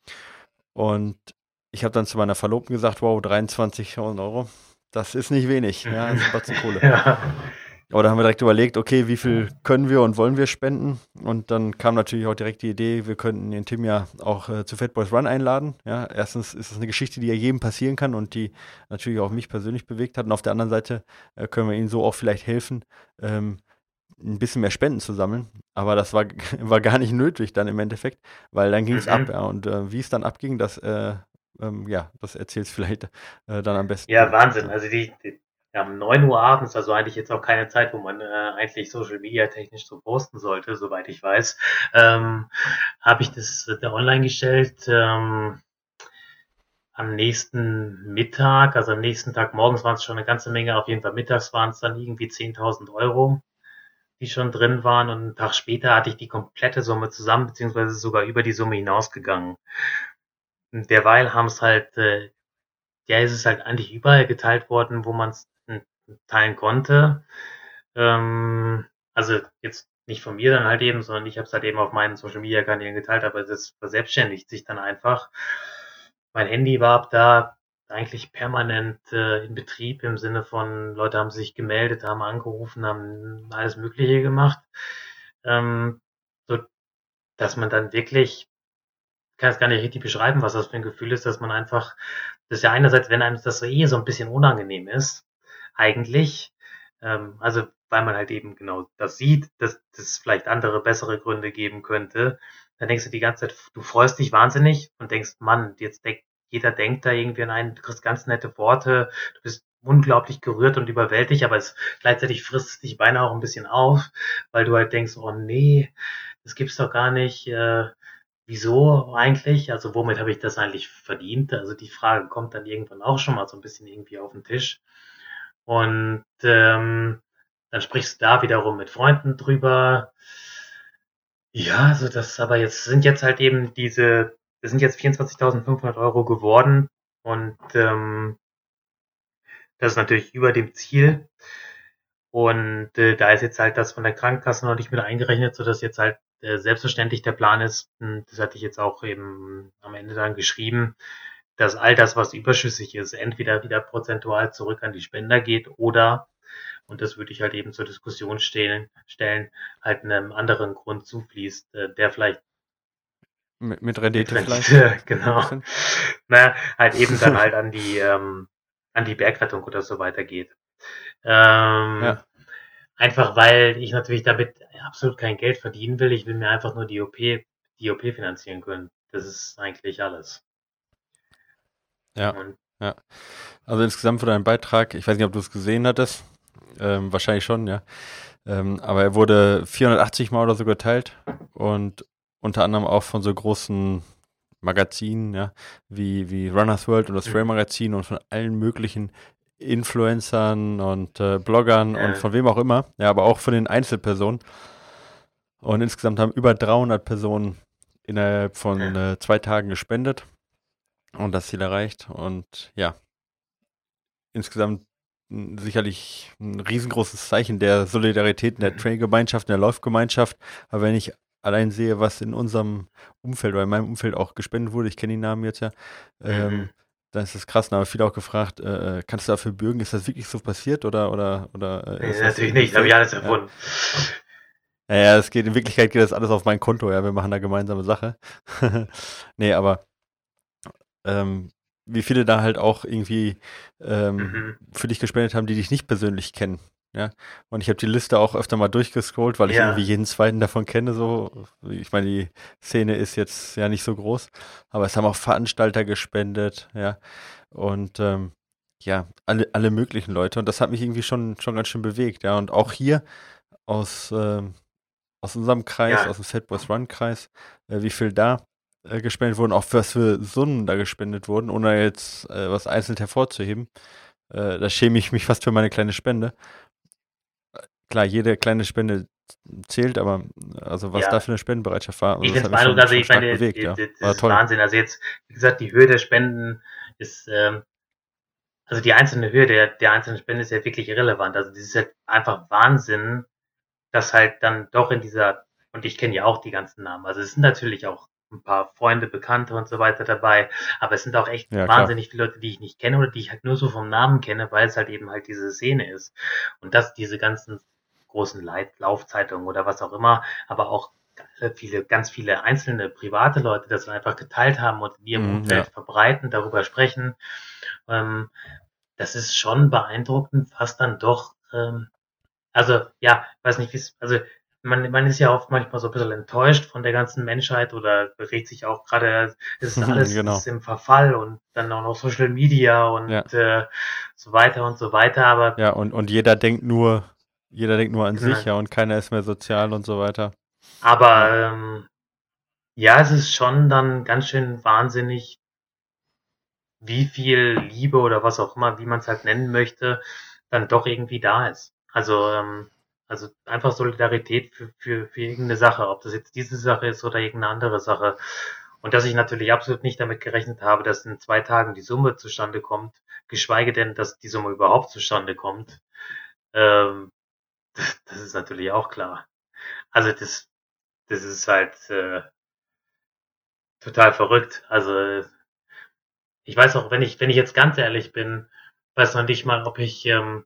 Und ich habe dann zu meiner Verlobten gesagt, wow, dreiundzwanzigtausend Euro, das ist nicht wenig, ja, das Mhm. ist ein Batzen Kohle. Ja. Aber da haben wir direkt überlegt, okay, wie viel können wir und wollen wir spenden? Und dann kam natürlich auch direkt die Idee, wir könnten den Tim ja auch äh, zu Fat Boys Run einladen. Ja, erstens ist es eine Geschichte, die ja jedem passieren kann und die natürlich auch mich persönlich bewegt hat. Und auf der anderen Seite äh, können wir ihm so auch vielleicht helfen, ähm, ein bisschen mehr Spenden zu sammeln. Aber das war, war gar nicht nötig dann im Endeffekt, weil dann ging es ab. Mhm. Ja. Und äh, wie es dann abging, das, äh, ähm, ja, das erzählst vielleicht äh, dann am besten Ja, du. Wahnsinn. Ja. Also die, die ja, um neun Uhr abends, also eigentlich jetzt auch keine Zeit, wo man äh, eigentlich Social Media technisch so posten sollte, soweit ich weiß, ähm, habe ich das äh, da online gestellt. Ähm, am nächsten Mittag, also am nächsten Tag morgens waren es schon eine ganze Menge, auf jeden Fall mittags waren es dann irgendwie zehntausend Euro, die schon drin waren und einen Tag später hatte ich die komplette Summe zusammen, beziehungsweise sogar über die Summe hinausgegangen. Und derweil haben es halt äh, ja, ist es halt eigentlich überall geteilt worden, wo man es teilen konnte. Ähm, also jetzt nicht von mir dann halt eben, sondern ich habe es halt eben auf meinen Social Media Kanälen geteilt, aber das verselbstständigt sich dann einfach. Mein Handy war ab da eigentlich permanent äh, in Betrieb im Sinne von Leute haben sich gemeldet, haben angerufen, haben alles Mögliche gemacht, ähm, so dass man dann wirklich kann es gar nicht richtig beschreiben, was das für ein Gefühl ist, dass man einfach, das ist ja einerseits, wenn einem das so eh so ein bisschen unangenehm ist, eigentlich, ähm, also weil man halt eben genau das sieht, dass es vielleicht andere, bessere Gründe geben könnte, dann denkst du die ganze Zeit, du freust dich wahnsinnig und denkst, Mann, jetzt denkt, jeder denkt da irgendwie an einen, du kriegst ganz nette Worte, du bist unglaublich gerührt und überwältigt, aber es gleichzeitig frisst es dich beinahe auch ein bisschen auf, weil du halt denkst, oh nee, das gibt's doch gar nicht, äh, wieso eigentlich? Also womit habe ich das eigentlich verdient? Also die Frage kommt dann irgendwann auch schon mal so ein bisschen irgendwie auf den Tisch. Und ähm, dann sprichst du da wiederum mit Freunden drüber. Ja, also das aber jetzt sind jetzt halt eben diese, das sind jetzt vierundzwanzigtausendfünfhundert Euro geworden und ähm, das ist natürlich über dem Ziel. Und äh, da ist jetzt halt das von der Krankenkasse noch nicht mit eingerechnet, sodass jetzt halt äh, selbstverständlich der Plan ist, mh, das hatte ich jetzt auch eben am Ende dann geschrieben, dass all das, was überschüssig ist, entweder wieder prozentual zurück an die Spender geht oder, und das würde ich halt eben zur Diskussion stellen, stellen halt einem anderen Grund zufließt, äh, der vielleicht Mit, mit mit Rendite vielleicht, Rendite, so ein genau, bisschen. naja, halt eben dann halt an die, ähm, an die Bergrettung oder so weitergeht. Ähm, Ja. Einfach weil ich natürlich damit absolut kein Geld verdienen will. Ich will mir einfach nur die O P, die O P finanzieren können. Das ist eigentlich alles. Ja, Und ja. Also insgesamt für deinen Beitrag, ich weiß nicht, ob du es gesehen hattest, ähm, wahrscheinlich schon, ja. Ähm, aber er wurde vierhundertachtzig Mal oder so geteilt und unter anderem auch von so großen Magazinen, ja, wie, wie Runners World und das Trail mhm. Magazin und von allen möglichen Influencern und äh, Bloggern und äh, von wem auch immer, ja, aber auch von den Einzelpersonen. Und insgesamt haben über dreihundert Personen innerhalb von äh, äh, zwei Tagen gespendet und das Ziel erreicht. Und ja, insgesamt m, sicherlich ein riesengroßes Zeichen der Solidarität in der mhm. Trail-Gemeinschaft, in der Laufgemeinschaft. Aber wenn ich allein sehe, was in unserem Umfeld oder in meinem Umfeld auch gespendet wurde, ich kenne die Namen jetzt ja, ähm, Mhm. dann ist das krass. Da haben viele auch gefragt, äh, kannst du dafür bürgen, ist das wirklich so passiert oder, oder, oder äh, Nee, ist das natürlich irgendwie nicht, habe ich fake? alles Ja. erfunden. Ja, ja, es geht, in Wirklichkeit geht das alles auf mein Konto, ja, wir machen da gemeinsame Sache. Nee, aber ähm, wie viele da halt auch irgendwie ähm, Mhm. für dich gespendet haben, die dich nicht persönlich kennen. Ja, und ich habe die Liste auch öfter mal durchgescrollt, weil ich irgendwie Ja, jeden zweiten davon kenne. So, ich meine, die Szene ist jetzt ja nicht so groß, aber es haben auch Veranstalter gespendet, ja, und ähm, ja, alle, alle möglichen Leute. Und das hat mich irgendwie schon, schon ganz schön bewegt, ja. Und auch hier aus, ähm, aus unserem Kreis, aus ja, dem Fat Boys Run Kreis, äh, wie viel da äh, gespendet wurden, auch was für Summen da gespendet wurden, ohne jetzt äh, was einzeln hervorzuheben. Äh, da schäme ich mich fast für meine kleine Spende. Klar, jede kleine Spende zählt, aber also was da ja. für eine Spendenbereitschaft war, Ich also das finde es hat mich beeindruckend, schon, also schon ich stark meine, bewegt, die- ja. die- das War ist toll. Wahnsinn. Also jetzt, wie gesagt, die Höhe der Spenden ist, ähm, also die einzelne Höhe der, der einzelnen Spende ist ja wirklich irrelevant. Also das ist ja einfach Wahnsinn, dass halt dann doch in dieser, und ich kenne ja auch die ganzen Namen, also es sind natürlich auch ein paar Freunde, Bekannte und so weiter dabei, aber es sind auch echt Ja, klar. wahnsinnig viele Leute, die ich nicht kenne oder die ich halt nur so vom Namen kenne, weil es halt eben halt diese Szene ist. Und dass diese ganzen großen Leit Laufzeitungen oder was auch immer, aber auch viele, ganz viele einzelne private Leute das dann einfach geteilt haben und in ihrem Mhm, Umfeld ja. verbreiten, darüber sprechen. Ähm, das ist schon beeindruckend, was dann doch, ähm, also ja, weiß nicht, wie es, also man, man ist ja oft manchmal so ein bisschen enttäuscht von der ganzen Menschheit oder regt sich auch gerade, es ist alles Genau. ist im Verfall und dann auch noch Social Media und Ja. äh, so weiter und so weiter, aber Ja, und, und jeder denkt nur, jeder denkt nur an sich, genau. ja, und keiner ist mehr sozial und so weiter. Aber Ja. ähm, ja, es ist schon dann ganz schön wahnsinnig, wie viel Liebe oder was auch immer, wie man es halt nennen möchte, dann doch irgendwie da ist. Also, ähm, also einfach Solidarität für, für, für irgendeine Sache, ob das jetzt diese Sache ist oder irgendeine andere Sache. Und dass ich natürlich absolut nicht damit gerechnet habe, dass in zwei Tagen die Summe zustande kommt, geschweige denn, dass die Summe überhaupt zustande kommt. Ähm, das, das ist natürlich auch klar. Also das, das ist halt äh, total verrückt. Also ich weiß auch, wenn ich, wenn ich jetzt ganz ehrlich bin, weiß noch nicht mal, ob ich ähm,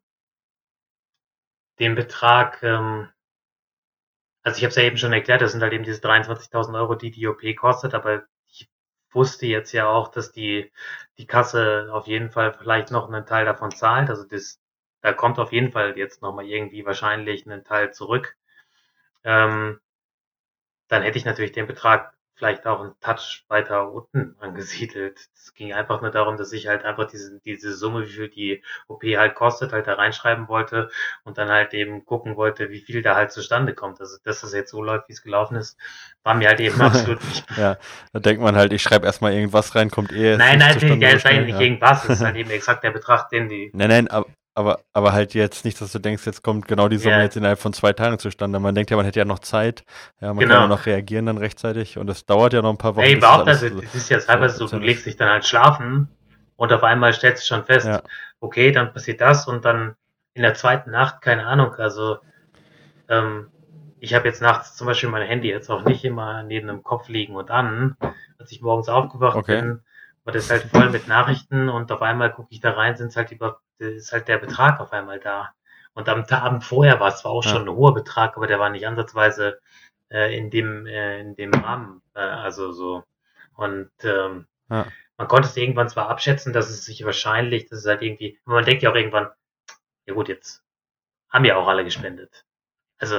den Betrag, ähm, also ich habe es ja eben schon erklärt, das sind halt eben diese dreiundzwanzigtausend Euro, die die O P kostet, aber ich wusste jetzt ja auch, dass die, die Kasse auf jeden Fall vielleicht noch einen Teil davon zahlt. Also das, da kommt auf jeden Fall jetzt nochmal irgendwie wahrscheinlich einen Teil zurück. Ähm, dann hätte ich natürlich den Betrag vielleicht auch einen Touch weiter unten angesiedelt. Es ging einfach nur darum, dass ich halt einfach diese, diese Summe, wie viel die O P halt kostet, halt da reinschreiben wollte und dann halt eben gucken wollte, wie viel da halt zustande kommt. Also, dass das jetzt so läuft, wie es gelaufen ist, war mir halt eben absolut nicht. Ja, da denkt man halt, ich schreibe erstmal irgendwas rein, kommt eh jetzt Nein, nicht nein, der zustande so ist eigentlich schnell. nicht Ja. irgendwas. Es ist halt eben exakt der Betrag, den die, Nein, nein, aber, aber, aber halt jetzt nicht, dass du denkst, jetzt kommt genau die Summe ja, jetzt innerhalb von zwei Tagen zustande. Man denkt ja, man hätte ja noch Zeit. Ja, man kann ja genau. noch reagieren dann rechtzeitig und es dauert ja noch ein paar Wochen, Ey, bis das überhaupt, alles also, so, das ist ja so teilweise so, du effizient ist. legst dich dann halt schlafen und auf einmal stellst du schon fest, Ja, okay, dann passiert das und dann in der zweiten Nacht, keine Ahnung, also, ähm, ich habe jetzt nachts zum Beispiel mein Handy jetzt auch nicht immer neben dem Kopf liegen und an. Als ich morgens aufgewacht okay. bin, war das halt voll mit Nachrichten und auf einmal gucke ich da rein, sind halt über, ist halt der Betrag auf einmal da. Und am Abend vorher war es zwar auch Ja, schon ein hoher Betrag, aber der war nicht ansatzweise äh, in dem äh, in dem Rahmen, äh, also so. Und ähm, ja, man konnte es irgendwann zwar abschätzen, dass es sich wahrscheinlich, das ist halt irgendwie, man denkt ja auch irgendwann, ja gut, jetzt haben ja auch alle gespendet. Also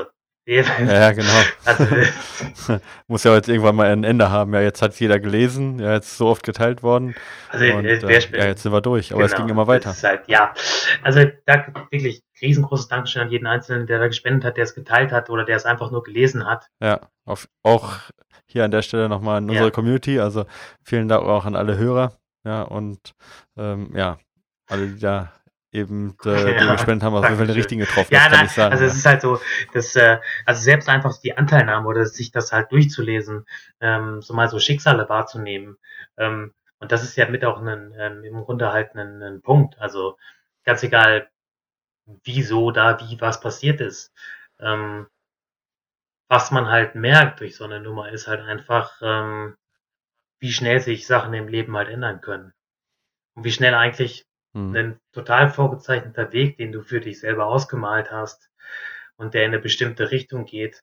Ja, ja, genau. Also, Muss ja jetzt irgendwann mal ein Ende haben. Ja, jetzt hat jeder gelesen, ja, jetzt ist so oft geteilt worden also und äh, äh, wer ja, jetzt sind wir durch. Aber es ging genau, immer das weiter. ist halt, ja. Also da wirklich riesengroßes Dankeschön an jeden Einzelnen, der da gespendet hat, der es geteilt hat oder der es einfach nur gelesen hat. Ja, auf, auch hier an der Stelle nochmal an unsere Ja. Community. Also vielen Dank auch an alle Hörer. Ja, und ähm, ja, alle, die da eben äh, Ja, dem gespendet haben, auf jeden Fall den Dankeschön. richtigen getroffen, Ja, das kann nein, ich sagen. also ja. es ist halt so, dass, äh, also selbst einfach die Anteilnahme oder sich das halt durchzulesen, ähm, so mal so Schicksale wahrzunehmen. Ähm, und das ist ja mit auch ein, ähm, im Grunde halt ein, ein Punkt. Also ganz egal, wieso da wie was passiert ist. Ähm, was man halt merkt durch so eine Nummer ist halt einfach, ähm, wie schnell sich Sachen im Leben halt ändern können. Und wie schnell eigentlich Hm. ein total vorgezeichneter Weg, den du für dich selber ausgemalt hast und der in eine bestimmte Richtung geht.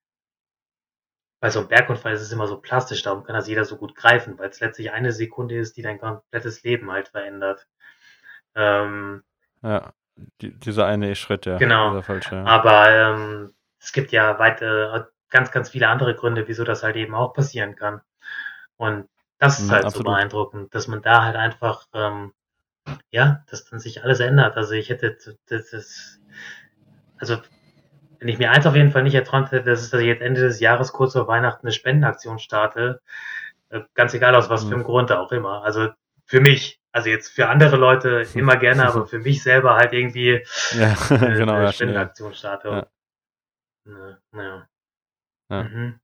Bei so einem Bergunfall ist es immer so plastisch, darum kann das jeder so gut greifen, weil es letztlich eine Sekunde ist, die dein komplettes Leben halt verändert. Ähm, Ja, die, dieser eine Schritt, ja, genau. dieser falsche. Ja. Aber ähm, es gibt ja weite, ganz, ganz viele andere Gründe, wieso das halt eben auch passieren kann. Und das ist Mhm, halt so absolut. beeindruckend, dass man da halt einfach, ähm, ja, dass dann sich alles ändert. Also ich hätte, das ist, also wenn ich mir eins auf jeden Fall nicht erträumt hätte, das ist, dass ich jetzt Ende des Jahres kurz vor Weihnachten eine Spendenaktion starte. Äh, Ganz egal aus was für Mhm. einem Grund auch immer. Also für mich, also jetzt für andere Leute immer gerne, aber für mich selber halt irgendwie Ja, eine, genau, eine ja, schnell. Spendenaktion starte. Ja. Ja, ja. Ja. Mhm.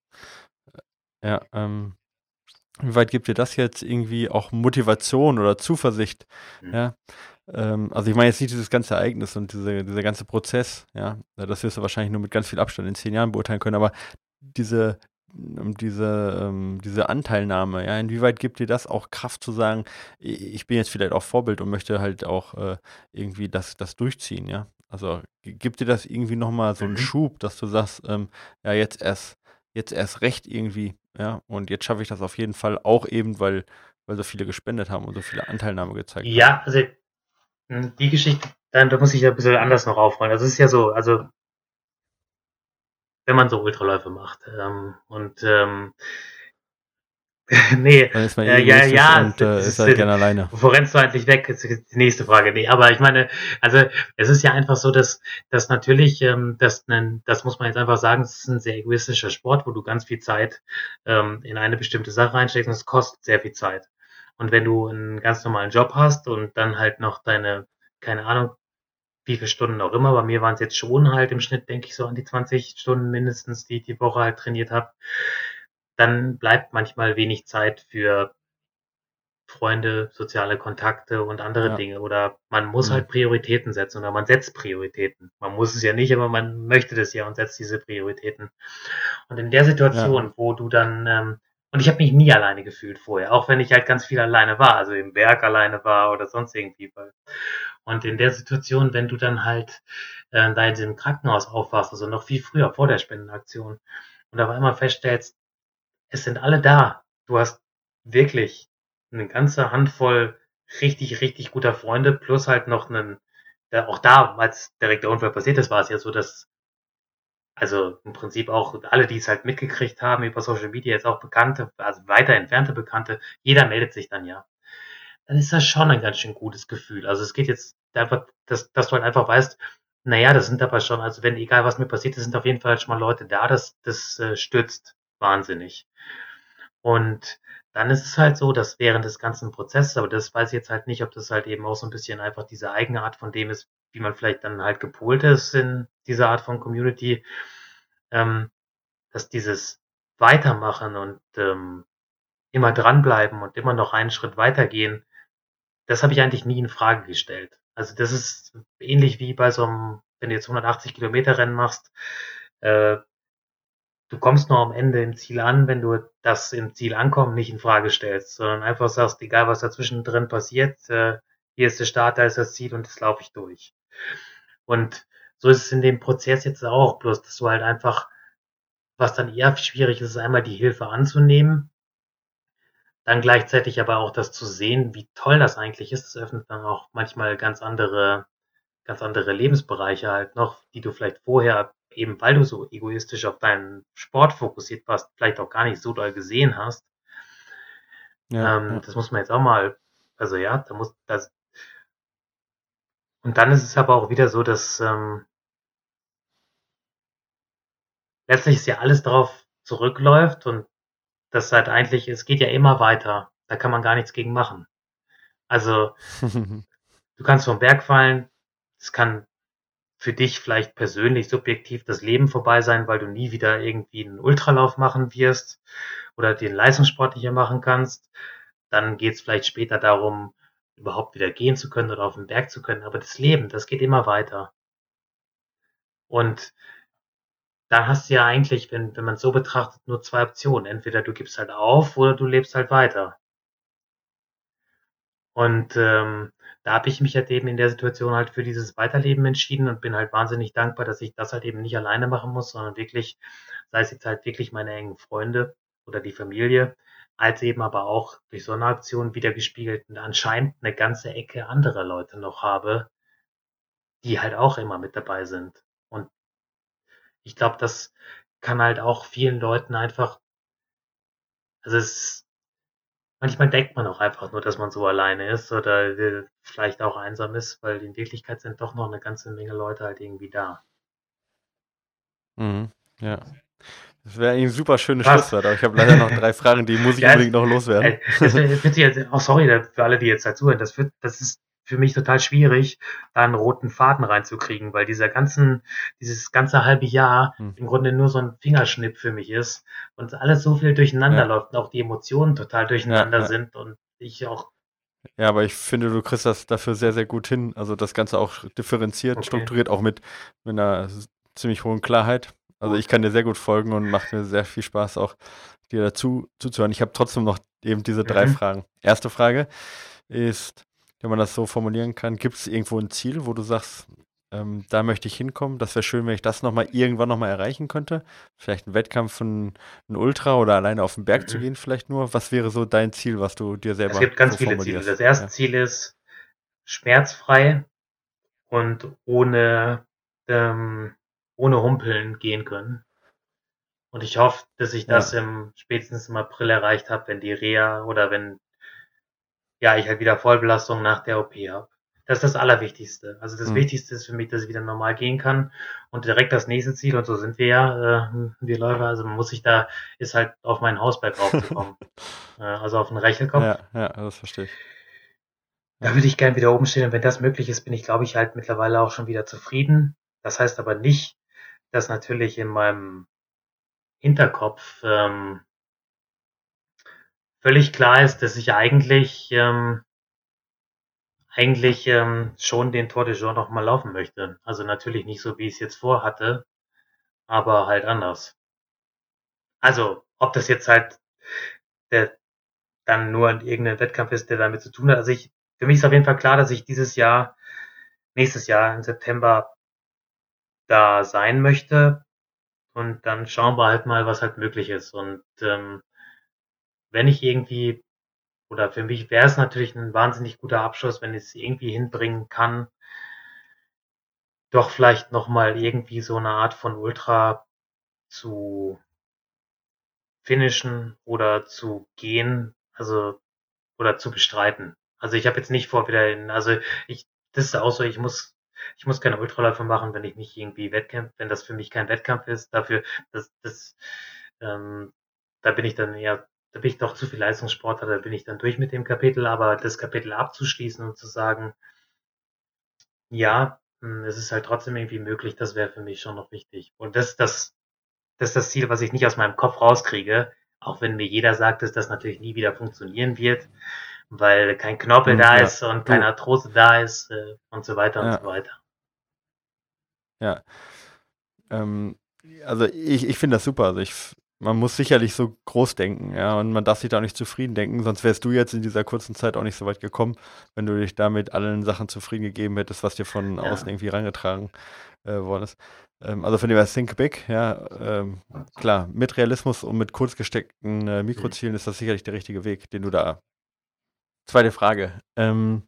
Ja, ähm, wie weit gibt dir das jetzt irgendwie auch Motivation oder Zuversicht? Mhm. Ja, ähm, also ich meine jetzt nicht dieses ganze Ereignis und diese, dieser ganze Prozess, ja, das wirst du wahrscheinlich nur mit ganz viel Abstand in zehn Jahren beurteilen können, aber diese, ähm, diese, ähm, diese Anteilnahme, ja, inwieweit gibt dir das auch Kraft zu sagen, i- ich bin jetzt vielleicht auch Vorbild und möchte halt auch äh, irgendwie das, das durchziehen, ja? Also g- gibt dir das irgendwie nochmal so einen Mhm. Schub, dass du sagst, ähm, ja, jetzt erst, jetzt erst recht irgendwie, ja, und jetzt schaffe ich das auf jeden Fall auch eben, weil, weil so viele gespendet haben und so viele Anteilnahme gezeigt haben. Ja, also mh, die Geschichte, dann, da muss ich ja ein bisschen anders noch aufrollen. Also es ist ja so, also wenn man so Ultraläufe macht ähm, und ähm, nee, Dann ist man äh, ja, egoistisch ja, und das äh, ist, ist halt äh, gerne alleine. wo rennst du eigentlich weg? Das ist die nächste Frage. Nee, aber ich meine, also es ist ja einfach so, dass, dass natürlich, ähm, dass, ein, das muss man jetzt einfach sagen, es ist ein sehr egoistischer Sport, wo du ganz viel Zeit ähm, in eine bestimmte Sache reinsteckst und es kostet sehr viel Zeit. Und wenn du einen ganz normalen Job hast und dann halt noch deine, keine Ahnung, wie viele Stunden auch immer, bei mir waren es jetzt schon halt im Schnitt, denke ich, so an die zwanzig Stunden mindestens, die ich die Woche halt trainiert habe, dann bleibt manchmal wenig Zeit für Freunde, soziale Kontakte und andere Ja. Dinge. Oder man muss Mhm. halt Prioritäten setzen oder man setzt Prioritäten. Man muss es ja nicht, aber man möchte das ja und setzt diese Prioritäten. Und in der Situation, Ja. wo du dann, ähm, und ich habe mich nie alleine gefühlt vorher, auch wenn ich halt ganz viel alleine war, also im Berg alleine war oder sonst irgendwie. Und in der Situation, wenn du dann halt äh, da in diesem Krankenhaus aufwachst, also noch viel früher vor der Spendenaktion, und auf einmal feststellst, es sind alle da. Du hast wirklich eine ganze Handvoll richtig, richtig guter Freunde plus halt noch einen, der auch da, als direkt der Unfall passiert ist, war es ja so, dass also im Prinzip auch alle, die es halt mitgekriegt haben über Social Media, jetzt auch Bekannte, also weiter entfernte Bekannte, jeder meldet sich dann ja. Dann ist das schon ein ganz schön gutes Gefühl. Also es geht jetzt einfach, dass, dass du halt einfach weißt, naja, das sind aber schon, also wenn, egal was mir passiert, das sind auf jeden Fall schon mal Leute da, das, das äh, stützt wahnsinnig. Und dann ist es halt so, dass während des ganzen Prozesses, aber das weiß ich jetzt halt nicht, ob das halt eben auch so ein bisschen einfach diese Eigenart von dem ist, wie man vielleicht dann halt gepolt ist in dieser Art von Community, ähm, dass dieses Weitermachen und ähm, immer dranbleiben und immer noch einen Schritt weitergehen, das habe ich eigentlich nie in Frage gestellt. Also das ist ähnlich wie bei so einem, wenn du jetzt hundertachtzig Kilometer Rennen machst, äh, du kommst nur am Ende im Ziel an, wenn du das im Ziel ankommen nicht in Frage stellst, sondern einfach sagst, egal was dazwischen drin passiert, äh, hier ist der Start, da ist das Ziel und das laufe ich durch. Und so ist es in dem Prozess jetzt auch, bloß dass du halt einfach, was dann eher schwierig ist, ist einmal die Hilfe anzunehmen, dann gleichzeitig aber auch das zu sehen, wie toll das eigentlich ist. Das öffnet dann auch manchmal ganz andere, ganz andere Lebensbereiche halt noch, die du vielleicht vorher eben weil du so egoistisch auf deinen Sport fokussiert warst, vielleicht auch gar nicht so doll gesehen hast. Ja, Ähm, ja. das muss man jetzt auch mal, also ja, da muss das. Und dann ist es aber auch wieder so, dass ähm, letztlich ist ja alles darauf zurückläuft und das halt eigentlich, es geht ja immer weiter. Da kann man gar nichts gegen machen. Also du kannst vom Berg fallen, es kann für dich vielleicht persönlich subjektiv das Leben vorbei sein, weil du nie wieder irgendwie einen Ultralauf machen wirst oder den Leistungssport nicht mehr machen kannst. Dann geht es vielleicht später darum, überhaupt wieder gehen zu können oder auf den Berg zu können. Aber das Leben, das geht immer weiter. Und da hast du ja eigentlich, wenn, wenn man es so betrachtet, nur zwei Optionen. Entweder du gibst halt auf oder du lebst halt weiter. Und ähm, da habe ich mich halt eben in der Situation halt für dieses Weiterleben entschieden und bin halt wahnsinnig dankbar, dass ich das halt eben nicht alleine machen muss, sondern wirklich, sei es jetzt halt wirklich meine engen Freunde oder die Familie, als eben aber auch durch so eine Aktion wiedergespiegelt und anscheinend eine ganze Ecke anderer Leute noch habe, die halt auch immer mit dabei sind. Und ich glaube, das kann halt auch vielen Leuten einfach, also es manchmal denkt man auch einfach nur, dass man so alleine ist oder äh, vielleicht auch einsam ist, weil in Wirklichkeit sind doch noch eine ganze Menge Leute halt irgendwie da. Mhm. Ja. Das wäre eigentlich ein super schönes Krass. Schlusswort, aber ich habe leider noch drei Fragen, die muss ich Ja, es, unbedingt noch loswerden. äh, das wird jetzt, oh sorry da- für alle, die jetzt halt zuhören, das wird, das ist für mich total schwierig, da einen roten Faden reinzukriegen, weil dieser ganzen, dieses ganze halbe Jahr Hm. im Grunde nur so ein Fingerschnipp für mich ist und alles so viel durcheinander Ja. läuft und auch die Emotionen total durcheinander Ja, ja. sind und ich auch, Ja, aber ich finde, du kriegst das dafür sehr, sehr gut hin. Also das Ganze auch differenziert, okay, strukturiert, auch mit, mit einer s- ziemlich hohen Klarheit. Also ich gut. kann dir sehr gut folgen und macht mir sehr viel Spaß, auch dir dazu zuzuhören. Ich habe trotzdem noch eben diese drei Mhm. Fragen. Erste Frage ist, wenn man das so formulieren kann, gibt es irgendwo ein Ziel, wo du sagst, ähm, da möchte ich hinkommen? Das wäre schön, wenn ich das nochmal irgendwann nochmal erreichen könnte. Vielleicht ein Wettkampf, ein, ein Ultra oder alleine auf den Berg zu Mhm. gehen vielleicht nur. Was wäre so dein Ziel, was du dir Es selber gibt ganz so viele Ziele. formulierst? Das erste Ja. Ziel ist schmerzfrei und ohne, ähm, ohne Humpeln gehen können. Und ich hoffe, dass ich das Ja. im spätestens im April erreicht habe, wenn die Reha oder wenn ja ich halt wieder Vollbelastung nach der O P habe. Das ist das Allerwichtigste. Also das Hm. Wichtigste ist für mich, dass ich wieder normal gehen kann. Und direkt das nächste Ziel, und so sind wir ja, äh, wir Läufer, also man muss sich da, ist halt auf meinen Hausberg raufzukommen. äh, also auf den Rechelkopf. Ja, ja, das verstehe ich. Da Ja. würde ich gern wieder oben stehen und wenn das möglich ist, bin ich, glaube ich, halt mittlerweile auch schon wieder zufrieden. Das heißt aber nicht, dass natürlich in meinem Hinterkopf ähm, völlig klar ist, dass ich eigentlich ähm, eigentlich ähm, schon den Tour de Jour noch mal laufen möchte. Also natürlich nicht so, wie ich es jetzt vorhatte, aber halt anders. Also ob das jetzt halt der dann nur irgendein Wettkampf ist, der damit zu tun hat. Also ich, für mich ist auf jeden Fall klar, dass ich dieses Jahr, nächstes Jahr im September da sein möchte. Und dann schauen wir halt mal, was halt möglich ist. Und ähm, wenn ich irgendwie, oder für mich wäre es natürlich ein wahnsinnig guter Abschluss, wenn ich es irgendwie hinbringen kann, doch vielleicht nochmal irgendwie so eine Art von Ultra zu finishen oder zu gehen, also oder zu bestreiten. Also ich habe jetzt nicht vor, wieder in, also ich, das ist auch so, ich muss, ich muss keine Ultraläufe machen, wenn ich nicht irgendwie Wettkampf, wenn das für mich kein Wettkampf ist. Dafür, das, das, ähm, da bin ich dann eher, da bin ich doch zu viel Leistungssportler, da bin ich dann durch mit dem Kapitel, aber das Kapitel abzuschließen und zu sagen, ja, mh, es ist halt trotzdem irgendwie möglich, das wäre für mich schon noch wichtig. Und das, das, das ist das Ziel, was ich nicht aus meinem Kopf rauskriege, auch wenn mir jeder sagt, dass das natürlich nie wieder funktionieren wird, weil kein Knorpel Hm, da ja. ist und keine Du, Arthrose da ist äh, und so weiter und ja, so weiter. ja. Ähm, also ich, ich finde das super. Also ich, f- man muss sicherlich so groß denken, ja, und man darf sich da auch nicht zufrieden denken, sonst wärst du jetzt in dieser kurzen Zeit auch nicht so weit gekommen, wenn du dich da mit allen Sachen zufrieden gegeben hättest, was dir von außen Ja. irgendwie reingetragen äh, worden ist. Ähm, also von dem her Think Big, ja, ähm, klar, mit Realismus und mit kurz gesteckten äh, Hm. Mikrozielen ist das sicherlich der richtige Weg, den du da. Zweite Frage. Ähm,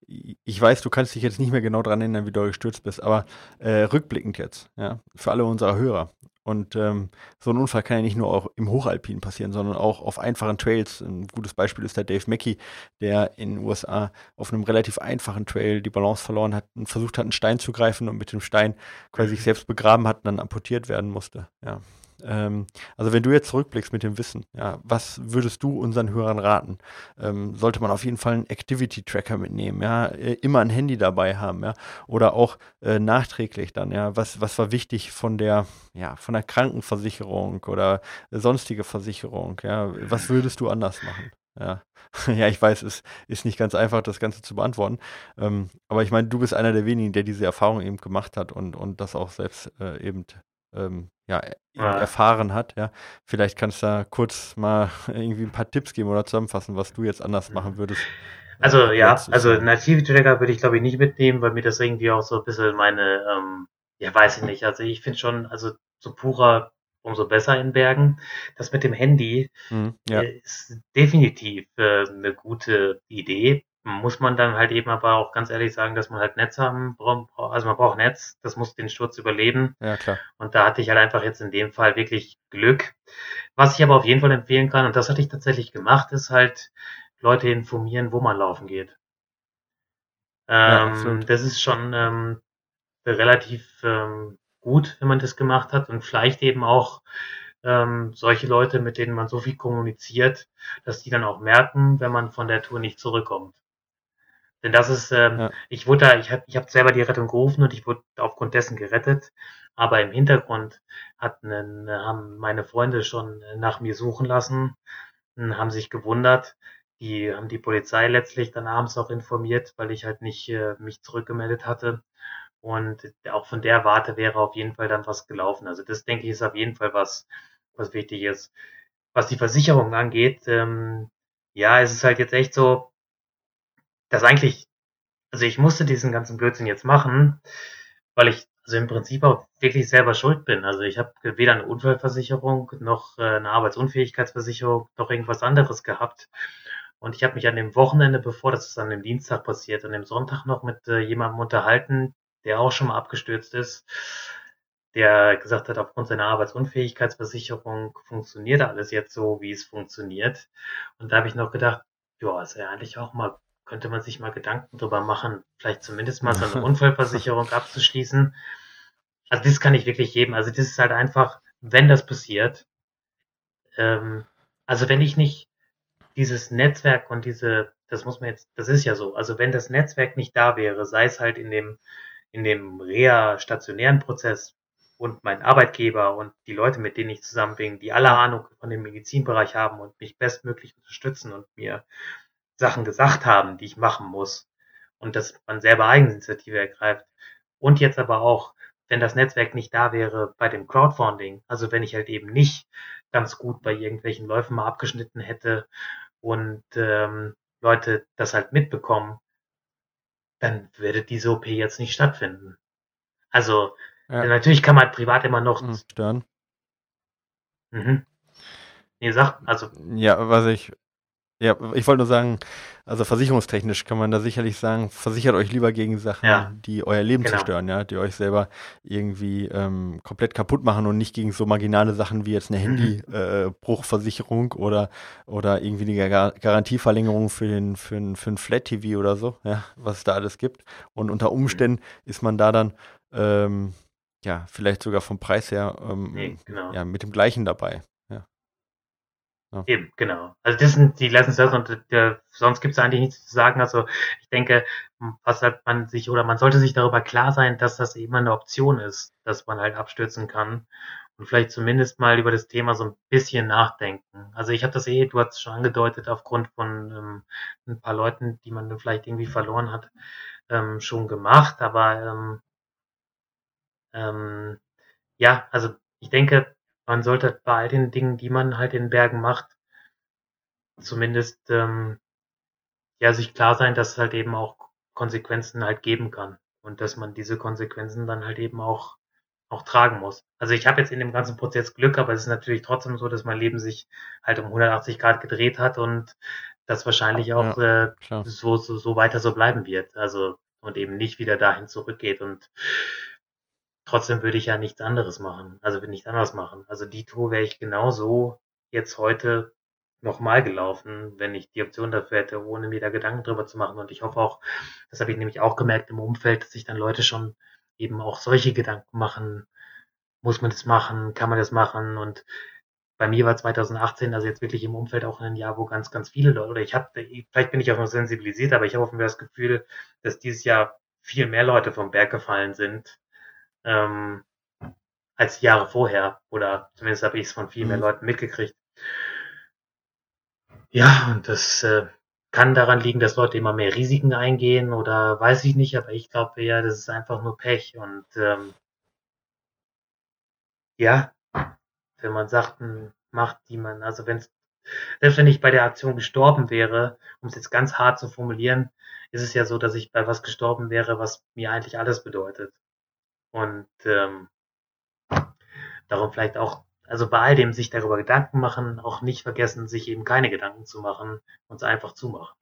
ich weiß, du kannst dich jetzt nicht mehr genau dran erinnern, wie du gestürzt bist, aber äh, rückblickend jetzt, ja, für alle unserer Hörer. Und ähm, so ein Unfall kann ja nicht nur auch im Hochalpin passieren, sondern auch auf einfachen Trails. Ein gutes Beispiel ist der Dave Mackey, der in den U S A auf einem relativ einfachen Trail die Balance verloren hat und versucht hat, einen Stein zu greifen und mit dem Stein quasi sich selbst begraben hat und dann amputiert werden musste. Ja. Ähm, also wenn du jetzt zurückblickst mit dem Wissen, ja, was würdest du unseren Hörern raten? Ähm, sollte man auf jeden Fall einen Activity-Tracker mitnehmen, ja, äh, immer ein Handy dabei haben, ja, oder auch äh, nachträglich dann, ja, was, was war wichtig von der, ja, von der Krankenversicherung oder äh, sonstige Versicherung, ja, was würdest du anders machen? Ja, ja, ich weiß, es ist nicht ganz einfach, das Ganze zu beantworten. Ähm, aber ich meine, du bist einer der wenigen, der diese Erfahrung eben gemacht hat und, und das auch selbst äh, eben ähm, ja, eben Ja. erfahren hat, ja. Vielleicht kannst du da kurz mal irgendwie ein paar Tipps geben oder zusammenfassen, was du jetzt anders machen würdest. äh, Also ab ja, jetzt also sozusagen. einen Activity-Tracker würde ich glaube ich nicht mitnehmen, weil mir das irgendwie auch so ein bisschen meine, ähm, ja weiß ich nicht, also ich finde schon, also so purer, umso besser in Bergen. Das mit dem Handy Mhm, ja, äh, ist definitiv äh, eine gute Idee. Muss man dann halt eben aber auch ganz ehrlich sagen, dass man halt Netz haben braucht, also man braucht Netz, das muss den Sturz überleben. ja, klar. Und da hatte ich halt einfach jetzt in dem Fall wirklich Glück. Was ich aber auf jeden Fall empfehlen kann, und das hatte ich tatsächlich gemacht, ist halt Leute informieren, wo man laufen geht. Ja, Ähm, absolut. das ist schon ähm, relativ ähm, gut, wenn man das gemacht hat und vielleicht eben auch ähm, solche Leute, mit denen man so viel kommuniziert, dass die dann auch merken, wenn man von der Tour nicht zurückkommt. Denn das ist, ähm, Ja, ich wurde da, ich habe ich hab selber die Rettung gerufen und ich wurde aufgrund dessen gerettet. Aber im Hintergrund hat einen, haben meine Freunde schon nach mir suchen lassen, haben sich gewundert. Die haben die Polizei letztlich dann abends auch informiert, weil ich halt nicht äh, mich zurückgemeldet hatte. Und auch von der Warte wäre auf jeden Fall dann was gelaufen. Also das denke ich ist auf jeden Fall was, was wichtig ist. Was die Versicherung angeht, ähm, ja, es ist halt jetzt echt so, dass eigentlich also ich musste diesen ganzen Blödsinn jetzt machen, weil ich also im Prinzip auch wirklich selber schuld bin. Also ich habe weder eine Unfallversicherung noch äh, eine Arbeitsunfähigkeitsversicherung noch irgendwas anderes gehabt. Und ich habe mich an dem Wochenende, bevor das an dem Dienstag passiert, an dem Sonntag noch mit äh, jemandem unterhalten, der auch schon mal abgestürzt ist, der gesagt hat, aufgrund seiner Arbeitsunfähigkeitsversicherung funktioniert alles jetzt so, wie es funktioniert. Und da habe ich noch gedacht, ja, ist ja eigentlich auch mal könnte man sich mal Gedanken drüber machen, vielleicht zumindest mal so eine Unfallversicherung abzuschließen. Also das kann ich wirklich jedem, also das ist halt einfach, wenn das passiert, ähm, also wenn ich nicht dieses Netzwerk und diese, das muss man jetzt, das ist ja so, also wenn das Netzwerk nicht da wäre, sei es halt in dem, in dem Reha-stationären Prozess und mein Arbeitgeber und die Leute, mit denen ich zusammen bin, die alle Ahnung von dem Medizinbereich haben und mich bestmöglich unterstützen und mir Sachen gesagt haben, die ich machen muss und dass man selber Eigeninitiative ergreift. Und jetzt aber auch, wenn das Netzwerk nicht da wäre bei dem Crowdfunding, also wenn ich halt eben nicht ganz gut bei irgendwelchen Läufen mal abgeschnitten hätte und ähm, Leute das halt mitbekommen, dann würde diese O P jetzt nicht stattfinden. Also ja, natürlich kann man privat immer noch, mhm, stören. mhm, nee, sag, also, Ja, was ich, ja, ich wollte nur sagen, also versicherungstechnisch kann man da sicherlich sagen, versichert euch lieber gegen ja, Sachen, die euer Leben genau. zerstören, ja, die euch selber irgendwie ähm, komplett kaputt machen und nicht gegen so marginale Sachen wie jetzt eine Mhm. Handybruchversicherung oder, oder irgendwie eine Gar Garantieverlängerung für den, für ein, für ein Flat-T V oder so, ja, was es da alles gibt. Und unter Mhm. Umständen ist man da dann, ähm, ja, vielleicht sogar vom Preis her, Nee, ähm, genau. ja, mit dem gleichen dabei. Ja, ja. Eben, genau. Also das sind die Lessons learned und der, sonst gibt es eigentlich nichts zu sagen. Also ich denke, was halt man sich oder man sollte sich darüber klar sein, dass das eben eine Option ist, dass man halt abstürzen kann und vielleicht zumindest mal über das Thema so ein bisschen nachdenken. Also ich habe das eh, du hast es schon angedeutet, aufgrund von ähm, ein paar Leuten, die man dann vielleicht irgendwie verloren hat, ähm, schon gemacht. Aber ähm, ähm, ja, also ich denke, man sollte bei all den Dingen, die man halt in Bergen macht, zumindest ähm, ja, sich klar sein, dass es halt eben auch Konsequenzen halt geben kann und dass man diese Konsequenzen dann halt eben auch auch tragen muss. Also ich habe jetzt in dem ganzen Prozess Glück, aber es ist natürlich trotzdem so, dass mein Leben sich halt um hundertachtzig Grad gedreht hat und das wahrscheinlich auch Ja, äh, klar. so, so, so weiter so bleiben wird. Also, und eben nicht wieder dahin zurückgeht. Und trotzdem würde ich ja nichts anderes machen. Also würde nichts anderes machen. Also die Tour wäre ich genauso jetzt heute nochmal gelaufen, wenn ich die Option dafür hätte, ohne mir da Gedanken drüber zu machen. Und ich hoffe auch, das habe ich nämlich auch gemerkt im Umfeld, dass sich dann Leute schon eben auch solche Gedanken machen. Muss man das machen? Kann man das machen? Und bei mir war zwanzig achtzehn, also jetzt wirklich im Umfeld auch ein Jahr, wo ganz, ganz viele Leute, oder ich hatte, vielleicht bin ich auch noch sensibilisiert, aber ich habe offenbar das Gefühl, dass dieses Jahr viel mehr Leute vom Berg gefallen sind, ähm, als die Jahre vorher. Oder zumindest habe ich es von viel mehr Mhm. Leuten mitgekriegt. Ja, und das äh, kann daran liegen, dass Leute immer mehr Risiken eingehen oder weiß ich nicht, aber ich glaube eher, das ist einfach nur Pech. Und ähm, ja, wenn man Sachen macht, die man, also wenn es, selbst wenn ich bei der Aktion gestorben wäre, um es jetzt ganz hart zu formulieren, ist es ja so, dass ich bei was gestorben wäre, was mir eigentlich alles bedeutet. Und ähm, darum vielleicht auch, also bei all dem sich darüber Gedanken machen, auch nicht vergessen, sich eben keine Gedanken zu machen und es einfach zumachen.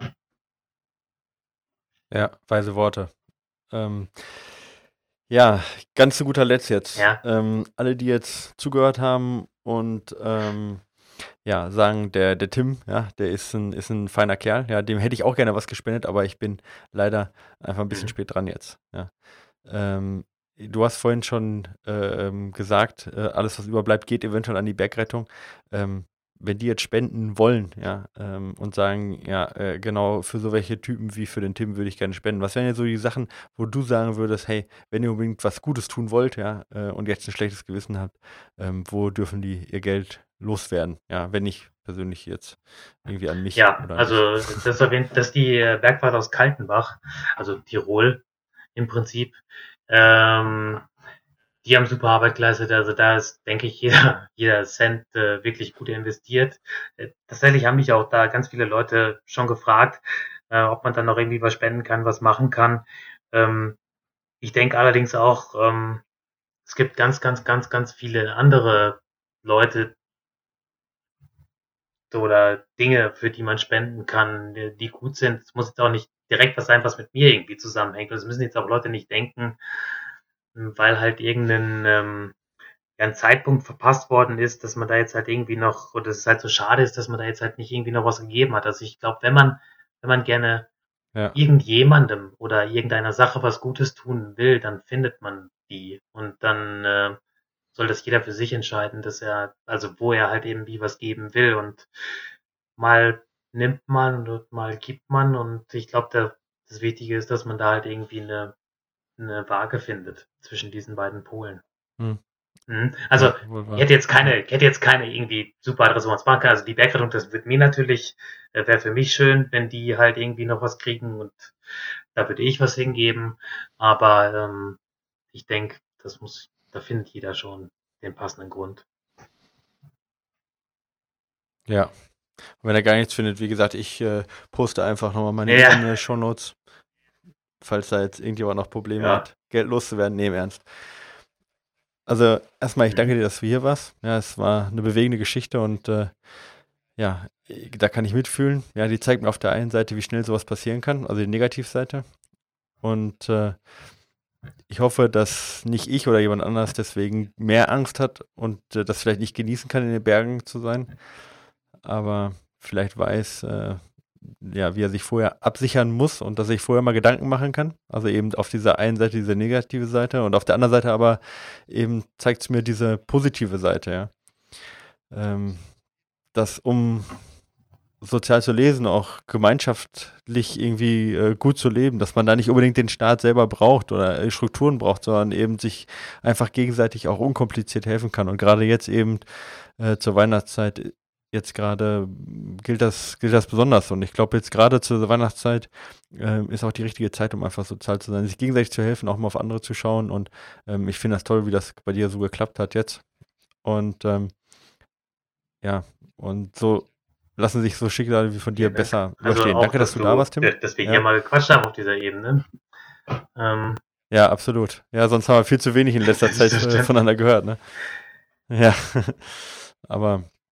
Ja, weise Worte. Ähm, ja, ganz zu guter Letzt jetzt. Ja. Ähm, alle, die jetzt zugehört haben und ähm, ja, sagen, der, der Tim, ja, der ist ein, ist ein feiner Kerl. Ja, dem hätte ich auch gerne was gespendet, aber ich bin leider einfach ein bisschen Mhm. spät dran jetzt. Ja. Ähm, du hast vorhin schon äh, ähm, gesagt, äh, alles, was überbleibt, geht eventuell an die Bergrettung. Ähm, wenn die jetzt spenden wollen, ja, ähm, und sagen, ja, äh, genau für so welche Typen wie für den Tim würde ich gerne spenden. Was wären jetzt so die Sachen, wo du sagen würdest, hey, wenn ihr unbedingt was Gutes tun wollt, ja, äh, und jetzt ein schlechtes Gewissen habt, ähm, wo dürfen die ihr Geld loswerden? Ja, wenn nicht persönlich jetzt irgendwie an mich Ja, oder an dich. also das ist, auf jeden, das ist die äh, Bergfahrt aus Kaltenbach, also Tirol im Prinzip. Ähm, die haben super Arbeit geleistet. Also da ist, denke ich, jeder, jeder Cent äh, wirklich gut investiert. Äh, tatsächlich haben mich auch da ganz viele Leute schon gefragt, äh, ob man dann noch irgendwie was spenden kann, was machen kann. Ähm, ich denke allerdings auch, ähm, es gibt ganz, ganz, ganz, ganz viele andere Leute oder Dinge, für die man spenden kann, die, die gut sind. Es muss jetzt auch nicht direkt was sein, was mit mir irgendwie zusammenhängt. Das müssen jetzt auch Leute nicht denken, weil halt irgendein ähm, ja, ein Zeitpunkt verpasst worden ist, dass man da jetzt halt irgendwie noch, oder dass es halt so schade ist, dass man da jetzt halt nicht irgendwie noch was gegeben hat. Also ich glaube, wenn man, wenn man gerne Ja, irgendjemandem oder irgendeiner Sache was Gutes tun will, dann findet man die. Und dann äh, soll das jeder für sich entscheiden, dass er, also wo er halt eben wie was geben will. Und mal nimmt man und mal gibt man. Und ich glaube, da, das Wichtige ist, dass man da halt irgendwie eine, eine Waage findet zwischen diesen beiden Polen. hm, Mhm. Also ja, wohl ich wahr. hätte jetzt keine, ich hätte jetzt keine irgendwie super Adresse, wo man es machen kann. Also die Bergrettung, das wird mir natürlich, äh, wäre für mich schön, wenn die halt irgendwie noch was kriegen und da würde ich was hingeben. Aber ähm, ich denke, das muss, da findet jeder schon den passenden Grund. Ja. Und wenn er gar nichts findet, wie gesagt, ich äh, poste einfach nochmal meine Ja, IBAN in den Shownotes, falls da jetzt irgendjemand noch Probleme ja. hat, Geld loszuwerden. Nee, im Ernst. Also erstmal, ich danke Mhm. dir, dass du hier warst. Ja, es war eine bewegende Geschichte und äh, ja, da kann ich mitfühlen. Ja, die zeigt mir auf der einen Seite, wie schnell sowas passieren kann, also die Negativseite. Und äh, ich hoffe, dass nicht ich oder jemand anders deswegen mehr Angst hat und äh, das vielleicht nicht genießen kann, in den Bergen zu sein. Aber vielleicht weiß, äh, ja, wie er sich vorher absichern muss und dass er sich vorher mal Gedanken machen kann. Also eben auf dieser einen Seite diese negative Seite und auf der anderen Seite aber eben zeigt es mir diese positive Seite, ja. Ähm, dass um sozial zu lesen, auch gemeinschaftlich irgendwie äh, gut zu leben, dass man da nicht unbedingt den Staat selber braucht oder äh, Strukturen braucht, sondern eben sich einfach gegenseitig auch unkompliziert helfen kann. Und gerade jetzt eben äh, zur Weihnachtszeit, jetzt gerade gilt das, gilt das besonders. Und ich glaube, jetzt gerade zur Weihnachtszeit äh, ist auch die richtige Zeit, um einfach sozial zu sein, sich gegenseitig zu helfen, auch mal auf andere zu schauen. Und ähm, ich finde das toll, wie das bei dir so geklappt hat jetzt. Und ähm, ja, und so lassen sich so Schicksale wie von dir Vielen Dank. besser Also überstehen. auch, Danke, dass dass du da du, warst, Tim. dass wir hier Ja, mal gequatscht haben auf dieser Ebene. Ähm, ja, absolut. Ja, sonst haben wir viel zu wenig in letzter das Zeit äh, stimmt. voneinander gehört, ne? Ja, aber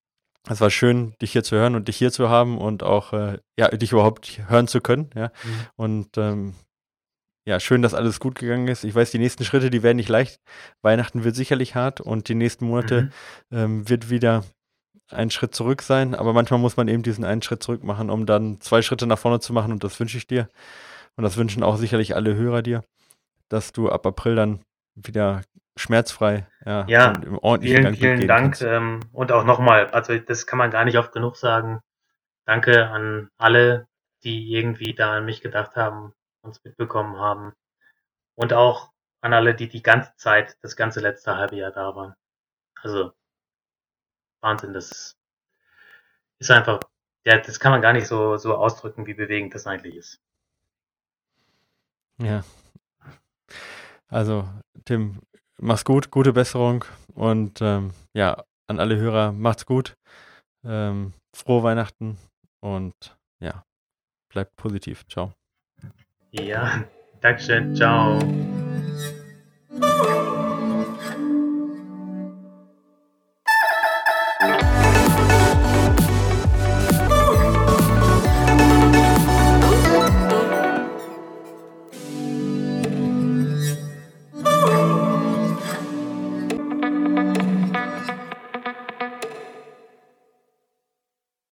Es war schön, dich hier zu hören und dich hier zu haben und auch äh, ja, dich überhaupt hören zu können. Ja. Mhm. Und ähm, ja, schön, dass alles gut gegangen ist. Ich weiß, die nächsten Schritte, die werden nicht leicht. Weihnachten wird sicherlich hart und die nächsten Monate Mhm. ähm, wird wieder ein Schritt zurück sein. Aber manchmal muss man eben diesen einen Schritt zurück machen, um dann zwei Schritte nach vorne zu machen. Und das wünsche ich dir. Und das wünschen auch sicherlich alle Hörer dir, dass du ab April dann wieder schmerzfrei ja, Ja, und im ordentlichen vielen, Gang vielen mitgehen Dank. kannst. Ähm, und auch nochmal, also das kann man gar nicht oft genug sagen. Danke an alle, die irgendwie da an mich gedacht haben, uns mitbekommen haben. Und auch an alle, die die ganze Zeit, das ganze letzte halbe Jahr da waren. Also Wahnsinn, das ist einfach, ja, das kann man gar nicht so, so ausdrücken, wie bewegend das eigentlich ist. Ja. Also, Tim, mach's gut, gute Besserung und ähm, ja, an alle Hörer, macht's gut. Ähm, frohe Weihnachten und ja, bleibt positiv. Ciao. Ja, Dankeschön, ciao.